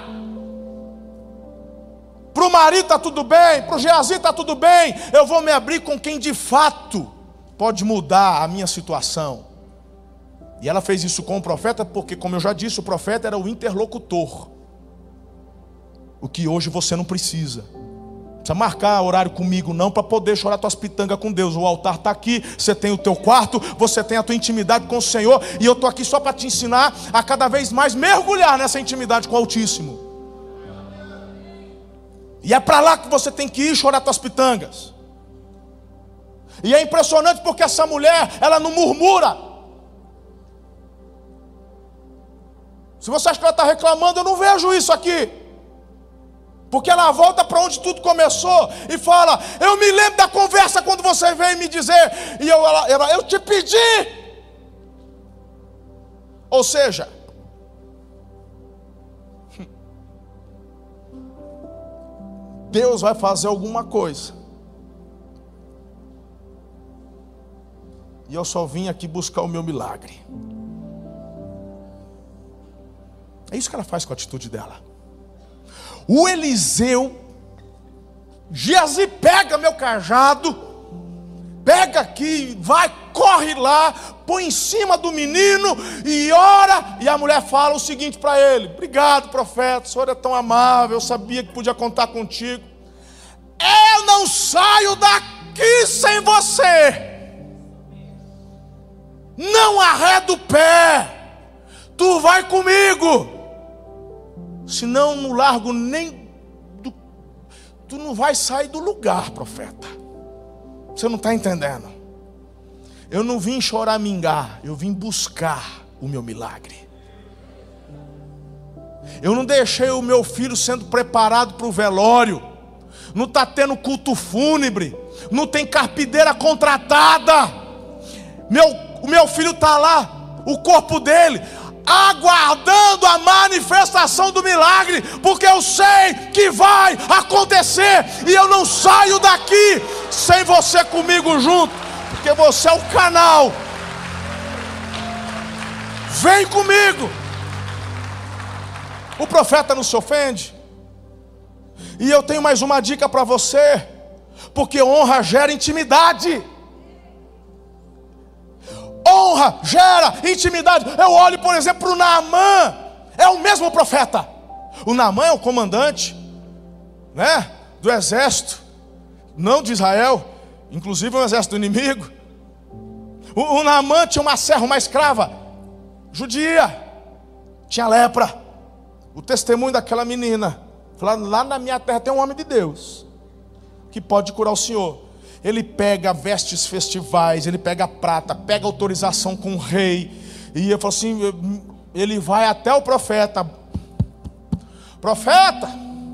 Para o marido está tudo bem, para o Geazi está tudo bem. Eu vou me abrir com quem de fato pode mudar a minha situação. E ela fez isso com o profeta porque, como eu já disse, o profeta era o interlocutor. O que hoje você não precisa. Precisa marcar horário comigo não, para poder chorar tuas pitangas com Deus. O altar está aqui, você tem o teu quarto, você tem a tua intimidade com o Senhor. E eu estou aqui só para te ensinar a cada vez mais mergulhar nessa intimidade com o Altíssimo. E é para lá que você tem que ir chorar tuas pitangas. E é impressionante porque essa mulher, ela não murmura. Se você acha que ela está reclamando, eu não vejo isso aqui. Porque ela volta para onde tudo começou e fala, eu me lembro da conversa quando você veio me dizer, e eu te pedi. Ou seja, Deus vai fazer alguma coisa. E eu só vim aqui buscar o meu milagre. É isso que ela faz com a atitude dela. O Eliseu, Geazi, pega meu cajado, pega aqui, vai, corre lá, põe em cima do menino e ora. E a mulher fala o seguinte para ele, obrigado profeta, o senhor é tão amável, eu sabia que podia contar contigo. Eu não saio daqui sem você. Não arreda o pé, tu vai comigo. Senão não largo nem tu não vai sair do lugar, profeta. Você não está entendendo. Eu não vim choramingar, eu vim buscar o meu milagre. Eu não deixei o meu filho sendo preparado para o velório. Não está tendo culto fúnebre. Não tem carpideira contratada. O meu filho está lá, o corpo dele. aguardando a manifestação do milagre, porque eu sei que vai acontecer, e eu não saio daqui sem você comigo junto, porque você é o canal. Vem comigo. O profeta não se ofende. E eu tenho mais uma dica para você, porque honra gera intimidade. Honra gera intimidade. Eu olho, por exemplo, para o Naamã. É o mesmo profeta. O Naamã é o comandante, né, do exército, não de Israel, inclusive um exército do inimigo. O Naamã tinha uma serva, uma escrava judia, tinha lepra. O testemunho daquela menina, falando: lá na minha terra tem um homem de Deus que pode curar o senhor. Ele pega vestes festivais, ele pega prata, pega autorização com o rei, e eu falo assim, ele vai até o profeta. Profeta,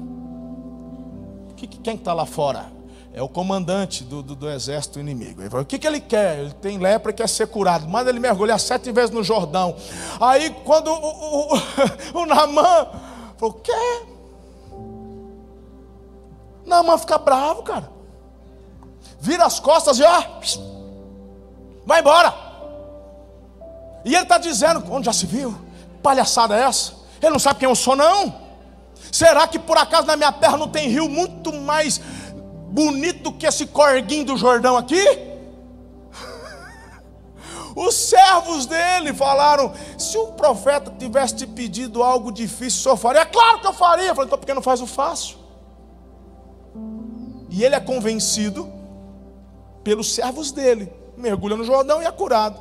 quem está lá fora? É o comandante do exército inimigo. Ele fala: o que ele quer? Ele tem lepra e quer ser curado. Manda ele mergulhar 7 vezes no Jordão. Aí quando o Naamã falou: o quê? Naamã fica bravo, cara. Vira as costas e ó, vai embora. E ele está dizendo: onde já se viu? Palhaçada é essa? Ele não sabe quem eu sou, não? Será que por acaso na minha terra não tem rio muito mais bonito do que esse corguinho do Jordão aqui? Os servos dele falaram: se o profeta tivesse te pedido algo difícil, o senhor faria? É claro que eu faria. Eu falei: então por que não faz o fácil? E ele é convencido pelos servos dele, mergulha no Jordão e é curado.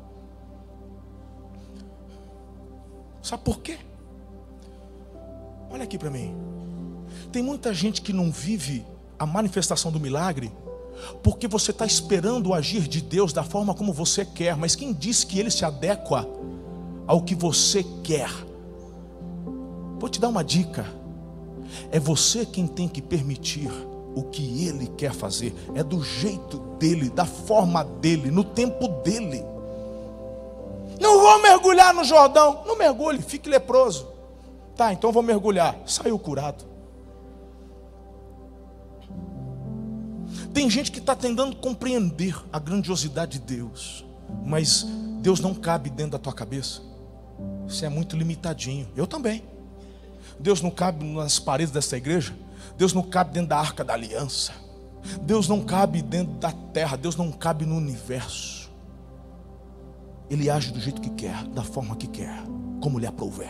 Sabe por quê? Olha aqui para mim. Tem muita gente que não vive a manifestação do milagre porque você está esperando o agir de Deus da forma como você quer. Mas quem diz que Ele se adequa ao que você quer? Vou te dar uma dica. É você quem tem que permitir o que Ele quer fazer. É do jeito dele, da forma dele, no tempo dele. Não vou mergulhar no Jordão. Não mergulhe, fique leproso. Tá, então vou mergulhar. Saiu curado. Tem gente que está tentando compreender a grandiosidade de Deus, mas Deus não cabe dentro da tua cabeça. Você é muito limitadinho. Eu também. Deus não cabe nas paredes dessa igreja. Deus não cabe dentro da arca da aliança. Deus não cabe dentro da terra. Deus não cabe no universo. Ele age do jeito que quer, da forma que quer, como lhe aprouver.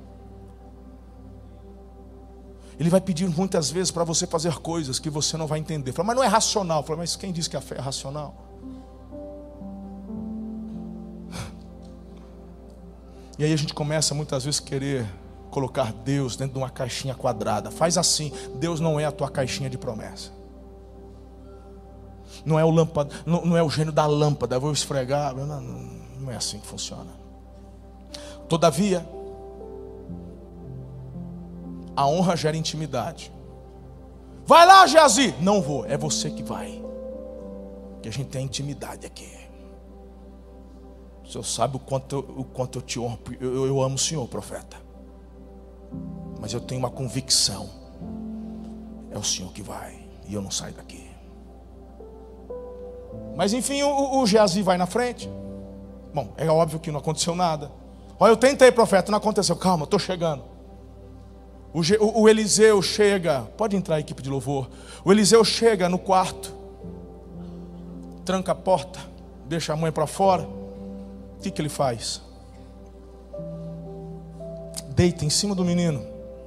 Ele vai pedir muitas vezes para você fazer coisas que você não vai entender. Fala: mas não é racional. Fala: mas quem diz que a fé é racional? E aí a gente começa muitas vezes a querer colocar Deus dentro de uma caixinha quadrada. Faz assim. Deus não é a tua caixinha de promessa. Não é o lâmpada, não é o gênio da lâmpada. Eu vou esfregar. Não é assim que funciona. Todavia, a honra gera intimidade. Vai lá, Geazi. Não vou, é você que vai. Que a gente tem intimidade aqui. O senhor sabe o quanto eu te honro. Eu amo o senhor, profeta. Mas eu tenho uma convicção. É o senhor que vai. E eu não saio daqui. Mas enfim, o Geazi vai na frente. Bom, é óbvio que não aconteceu nada. Olha, eu tentei, profeta, não aconteceu. Calma, estou chegando. O Eliseu chega. Pode entrar a equipe de louvor. O Eliseu chega no quarto, tranca a porta, deixa a mãe para fora. O que ele faz? Deita em cima do menino,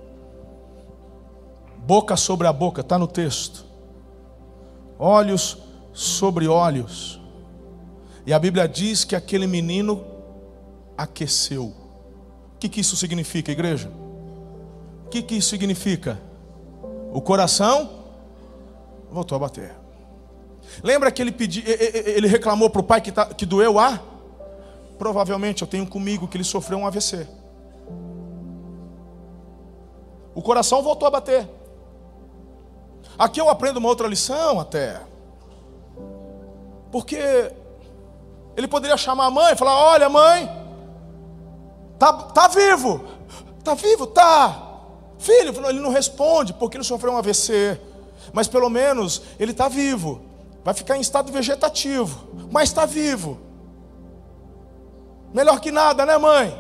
boca sobre a boca, está no texto, olhos sobre olhos. E a Bíblia diz que aquele menino aqueceu. O que isso significa, igreja? O que isso significa? O coração voltou a bater. Lembra que ele reclamou para o pai que doeu? Provavelmente eu tenho comigo que ele sofreu um AVC. O coração voltou a bater. Aqui eu aprendo uma outra lição até. Porque ele poderia chamar a mãe e falar: olha, mãe, Tá vivo. Tá vivo? Tá. Filho, ele não responde porque ele sofreu um AVC. Mas pelo menos ele está vivo. Vai ficar em estado vegetativo, mas está vivo. Melhor que nada, né, mãe?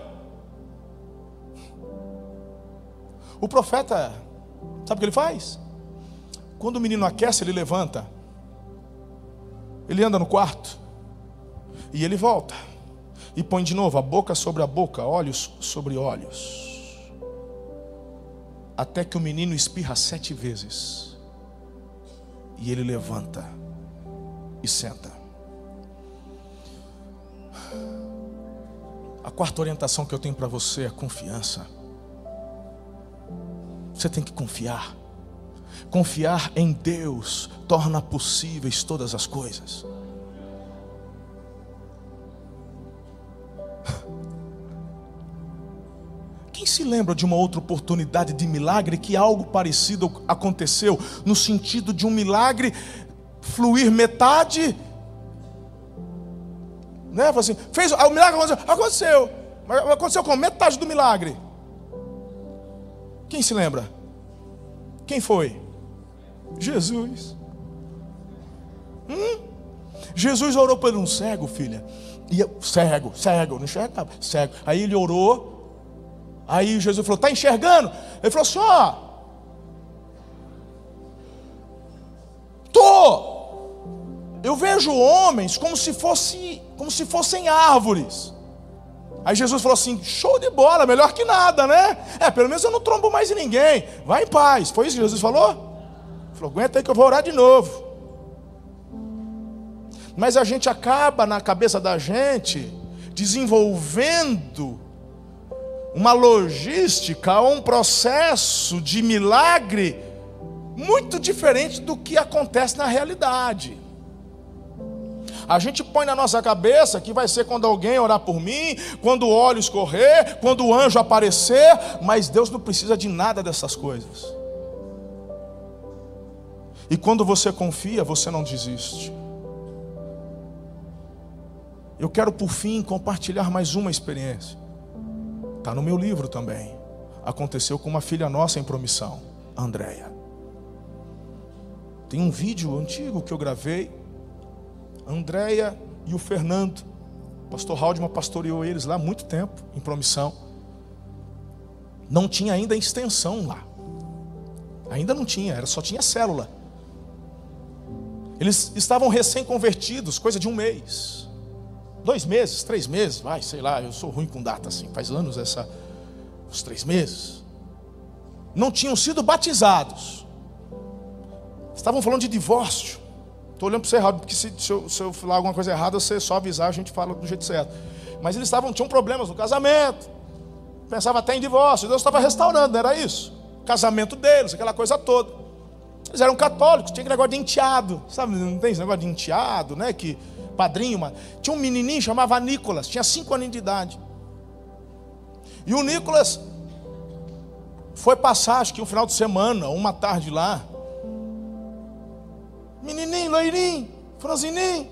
O profeta, sabe o que ele faz? Quando o menino aquece, ele levanta. Ele anda no quarto. E ele volta. E põe de novo a boca sobre a boca, olhos sobre olhos. Até que o menino espirra 7 vezes. E ele levanta e senta. A quarta orientação que eu tenho para você é confiança. Você tem que confiar. Confiar em Deus torna possíveis todas as coisas. Quem se lembra de uma outra oportunidade de milagre que algo parecido aconteceu, no sentido de um milagre fluir metade, né? Assim, fez o milagre, aconteceu, mas aconteceu com metade do milagre. Quem se lembra? Quem foi? Jesus. Jesus orou por um cego, filha. Cego, não enxergava, cego. Aí ele orou. Aí Jesus falou: está enxergando? Ele falou assim: ó, eu vejo homens como se fossem árvores. Aí Jesus falou assim: show de bola, melhor que nada, né? Pelo menos eu não trombo mais em ninguém. Vai em paz. Foi isso que Jesus falou? Ele falou: aguenta aí que eu vou orar de novo. Mas a gente acaba, na cabeça da gente, desenvolvendo uma logística, um processo de milagre muito diferente do que acontece na realidade. A gente põe na nossa cabeça que vai ser quando alguém orar por mim, quando o óleo escorrer, quando o anjo aparecer, mas Deus não precisa de nada dessas coisas. E quando você confia, você não desiste. Eu quero por fim compartilhar mais uma experiência. Está no meu livro também. Aconteceu com uma filha nossa em Promissão, Andréia. Tem um vídeo antigo que eu gravei. Andréia e o Fernando. O pastor Haldman pastoreou eles lá há muito tempo, em Promissão. Não tinha ainda extensão lá. Ainda não tinha, só tinha célula. Eles estavam recém-convertidos, coisa de 1 mês. 2 meses, 3 meses, sei lá, eu sou ruim com data assim, faz anos os 3 meses. Não tinham sido batizados. Estavam falando de divórcio. Estou olhando para você errado, porque se eu falar alguma coisa errada, você só avisar, a gente fala do jeito certo. Mas eles tinham problemas no casamento. Pensava até em divórcio. Deus estava restaurando, não era isso? O casamento deles, aquela coisa toda. Eles eram católicos, tinha aquele negócio de enteado. Sabe, não tem esse negócio de enteado, né? Que padrinho, tinha um menininho chamava Nicolas, tinha 5 anos de idade. E o Nicolas foi passar, acho que um final de semana, uma tarde lá. Menininho, loirinho, franzininho.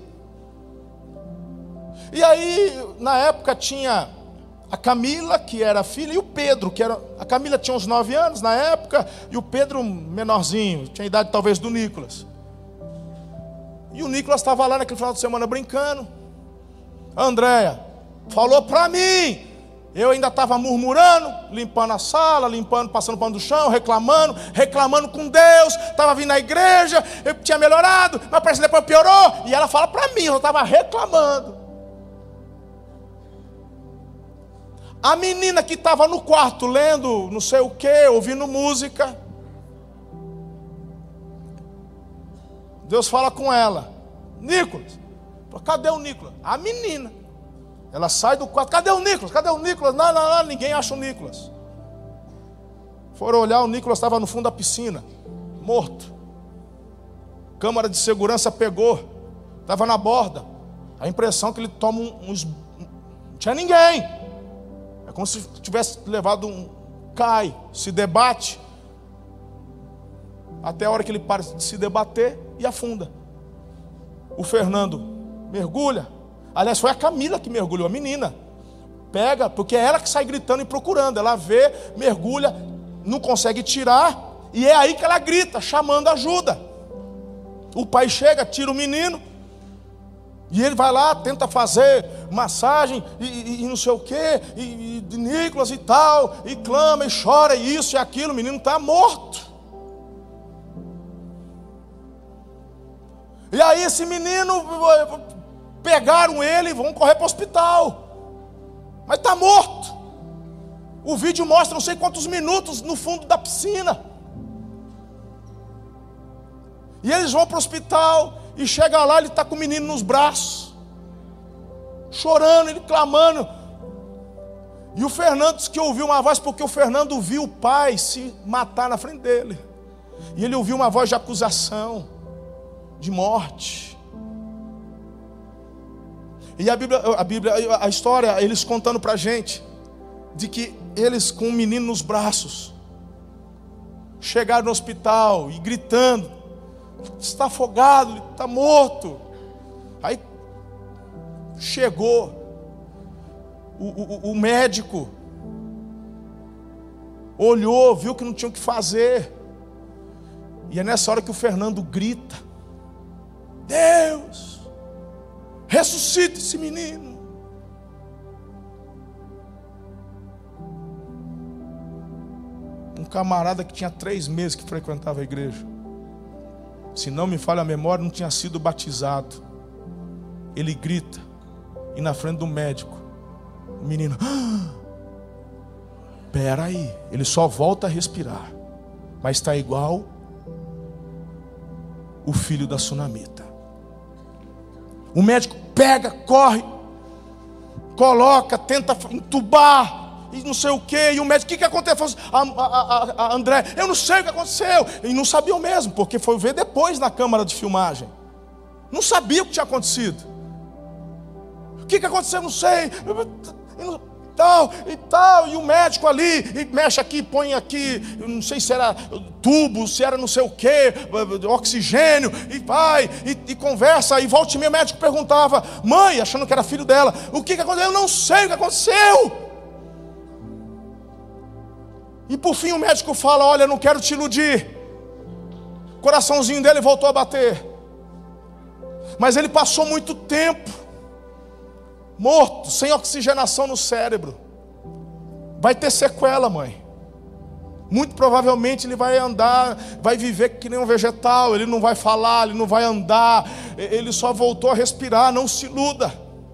E aí, na época tinha a Camila, que era a filha, e o Pedro, que era... A Camila tinha uns 9 anos na época, e o Pedro menorzinho, tinha a idade talvez do Nicolas. E o Nicolas estava lá naquele final de semana brincando. A Andréia falou para mim. Eu ainda estava murmurando, limpando a sala, passando pano do chão, reclamando com Deus. Estava vindo na igreja, eu tinha melhorado, mas parece que depois piorou. E ela fala para mim, eu estava reclamando. A menina que estava no quarto lendo não sei o que, ouvindo música. Deus fala com ela: Nicolas. Cadê o Nicolas? A menina. Ela sai do quarto: cadê o Nicolas? Cadê o Nicolas? Não, ninguém acha o Nicolas. Foram olhar, o Nicolas estava no fundo da piscina, morto. Câmara de segurança pegou, estava na borda. A impressão que ele toma uns... Não tinha ninguém. É como se tivesse levado cai, se debate, até a hora que ele para de se debater e afunda. O Fernando mergulha. Aliás, foi a Camila que mergulhou, a menina. Pega, porque é ela que sai gritando e procurando. Ela vê, mergulha, não consegue tirar, e é aí que ela grita, chamando ajuda. O pai chega, tira o menino, e ele vai lá, tenta fazer massagem, e não sei o quê, e de Nicolas e tal, e clama, e chora, e isso e aquilo, o menino está morto. E aí esse menino, pegaram ele e vão correr para o hospital, mas está morto. O vídeo mostra não sei quantos minutos no fundo da piscina. E eles vão para o hospital, e chega lá, ele está com o menino nos braços, chorando, ele clamando. E o Fernando disse que ouviu uma voz, porque o Fernando viu o pai se matar na frente dele. E ele ouviu uma voz de acusação, de morte. E a história, eles contando para a gente, de que eles com o menino nos braços, chegaram no hospital e gritando, está afogado, está morto. Aí chegou o médico, olhou, viu que não tinha o que fazer. E é nessa hora que o Fernando grita: Deus, ressuscita esse menino. Um camarada que tinha 3 meses que frequentava a igreja, se não me falha a memória, não tinha sido batizado. Ele grita, e na frente do médico, o menino, espera aí, ele só volta a respirar, mas está igual o filho da sunamita. O médico pega, corre, coloca, tenta entubar, e não sei o que, e o médico, o que aconteceu? A André, eu não sei o que aconteceu. E não sabia mesmo, porque foi ver depois na câmara de filmagem. Não sabia o que tinha acontecido. O que aconteceu? Não sei. E o médico ali, e mexe aqui, põe aqui, não sei se era tubo, se era não sei o que, oxigênio, e vai, e conversa, e volta e meia, o médico perguntava, mãe, achando que era filho dela, o que aconteceu? Eu não sei o que aconteceu. E por fim o médico fala, olha, não quero te iludir. O coraçãozinho dele voltou a bater. Mas ele passou muito tempo morto, sem oxigenação no cérebro. Vai ter sequela, mãe. Muito provavelmente ele vai andar, vai viver que nem um vegetal. Ele não vai falar, ele não vai andar. Ele só voltou a respirar, não se iluda.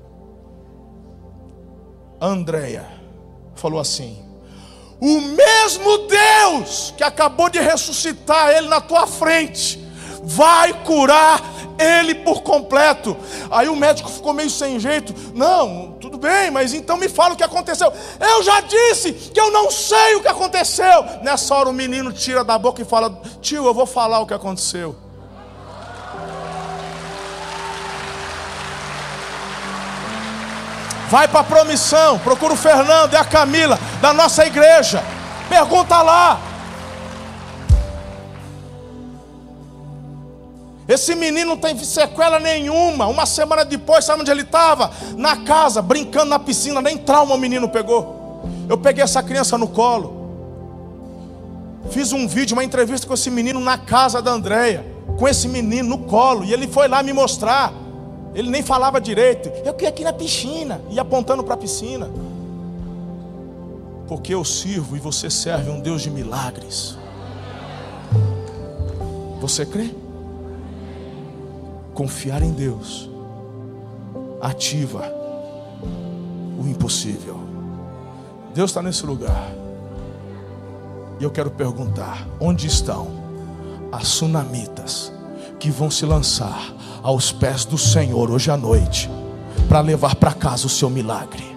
A Andréia falou assim, o mesmo Deus que acabou de ressuscitar ele na tua frente, vai curar ele por completo. Aí o médico ficou meio sem jeito. Não, tudo bem, mas então me fala o que aconteceu. Eu já disse que eu não sei o que aconteceu. Nessa hora o menino tira da boca e fala, tio, eu vou falar o que aconteceu. Vai para a promissão, procura o Fernando e a Camila da nossa igreja, pergunta lá. Esse menino não tem sequela nenhuma. Uma semana depois, sabe onde ele estava? Na casa, brincando na piscina. Nem trauma o menino pegou. Eu peguei essa criança no colo, fiz um vídeo, uma entrevista com esse menino na casa da Andréia, com esse menino no colo, e ele foi lá me mostrar. Ele nem falava direito. Eu queria aqui na piscina, e apontando para a piscina. Porque eu sirvo e você serve um Deus de milagres. Você crê? Confiar em Deus ativa o impossível. Deus está nesse lugar. E eu quero perguntar, onde estão as sunamitas que vão se lançar aos pés do Senhor hoje à noite, para levar para casa o seu milagre?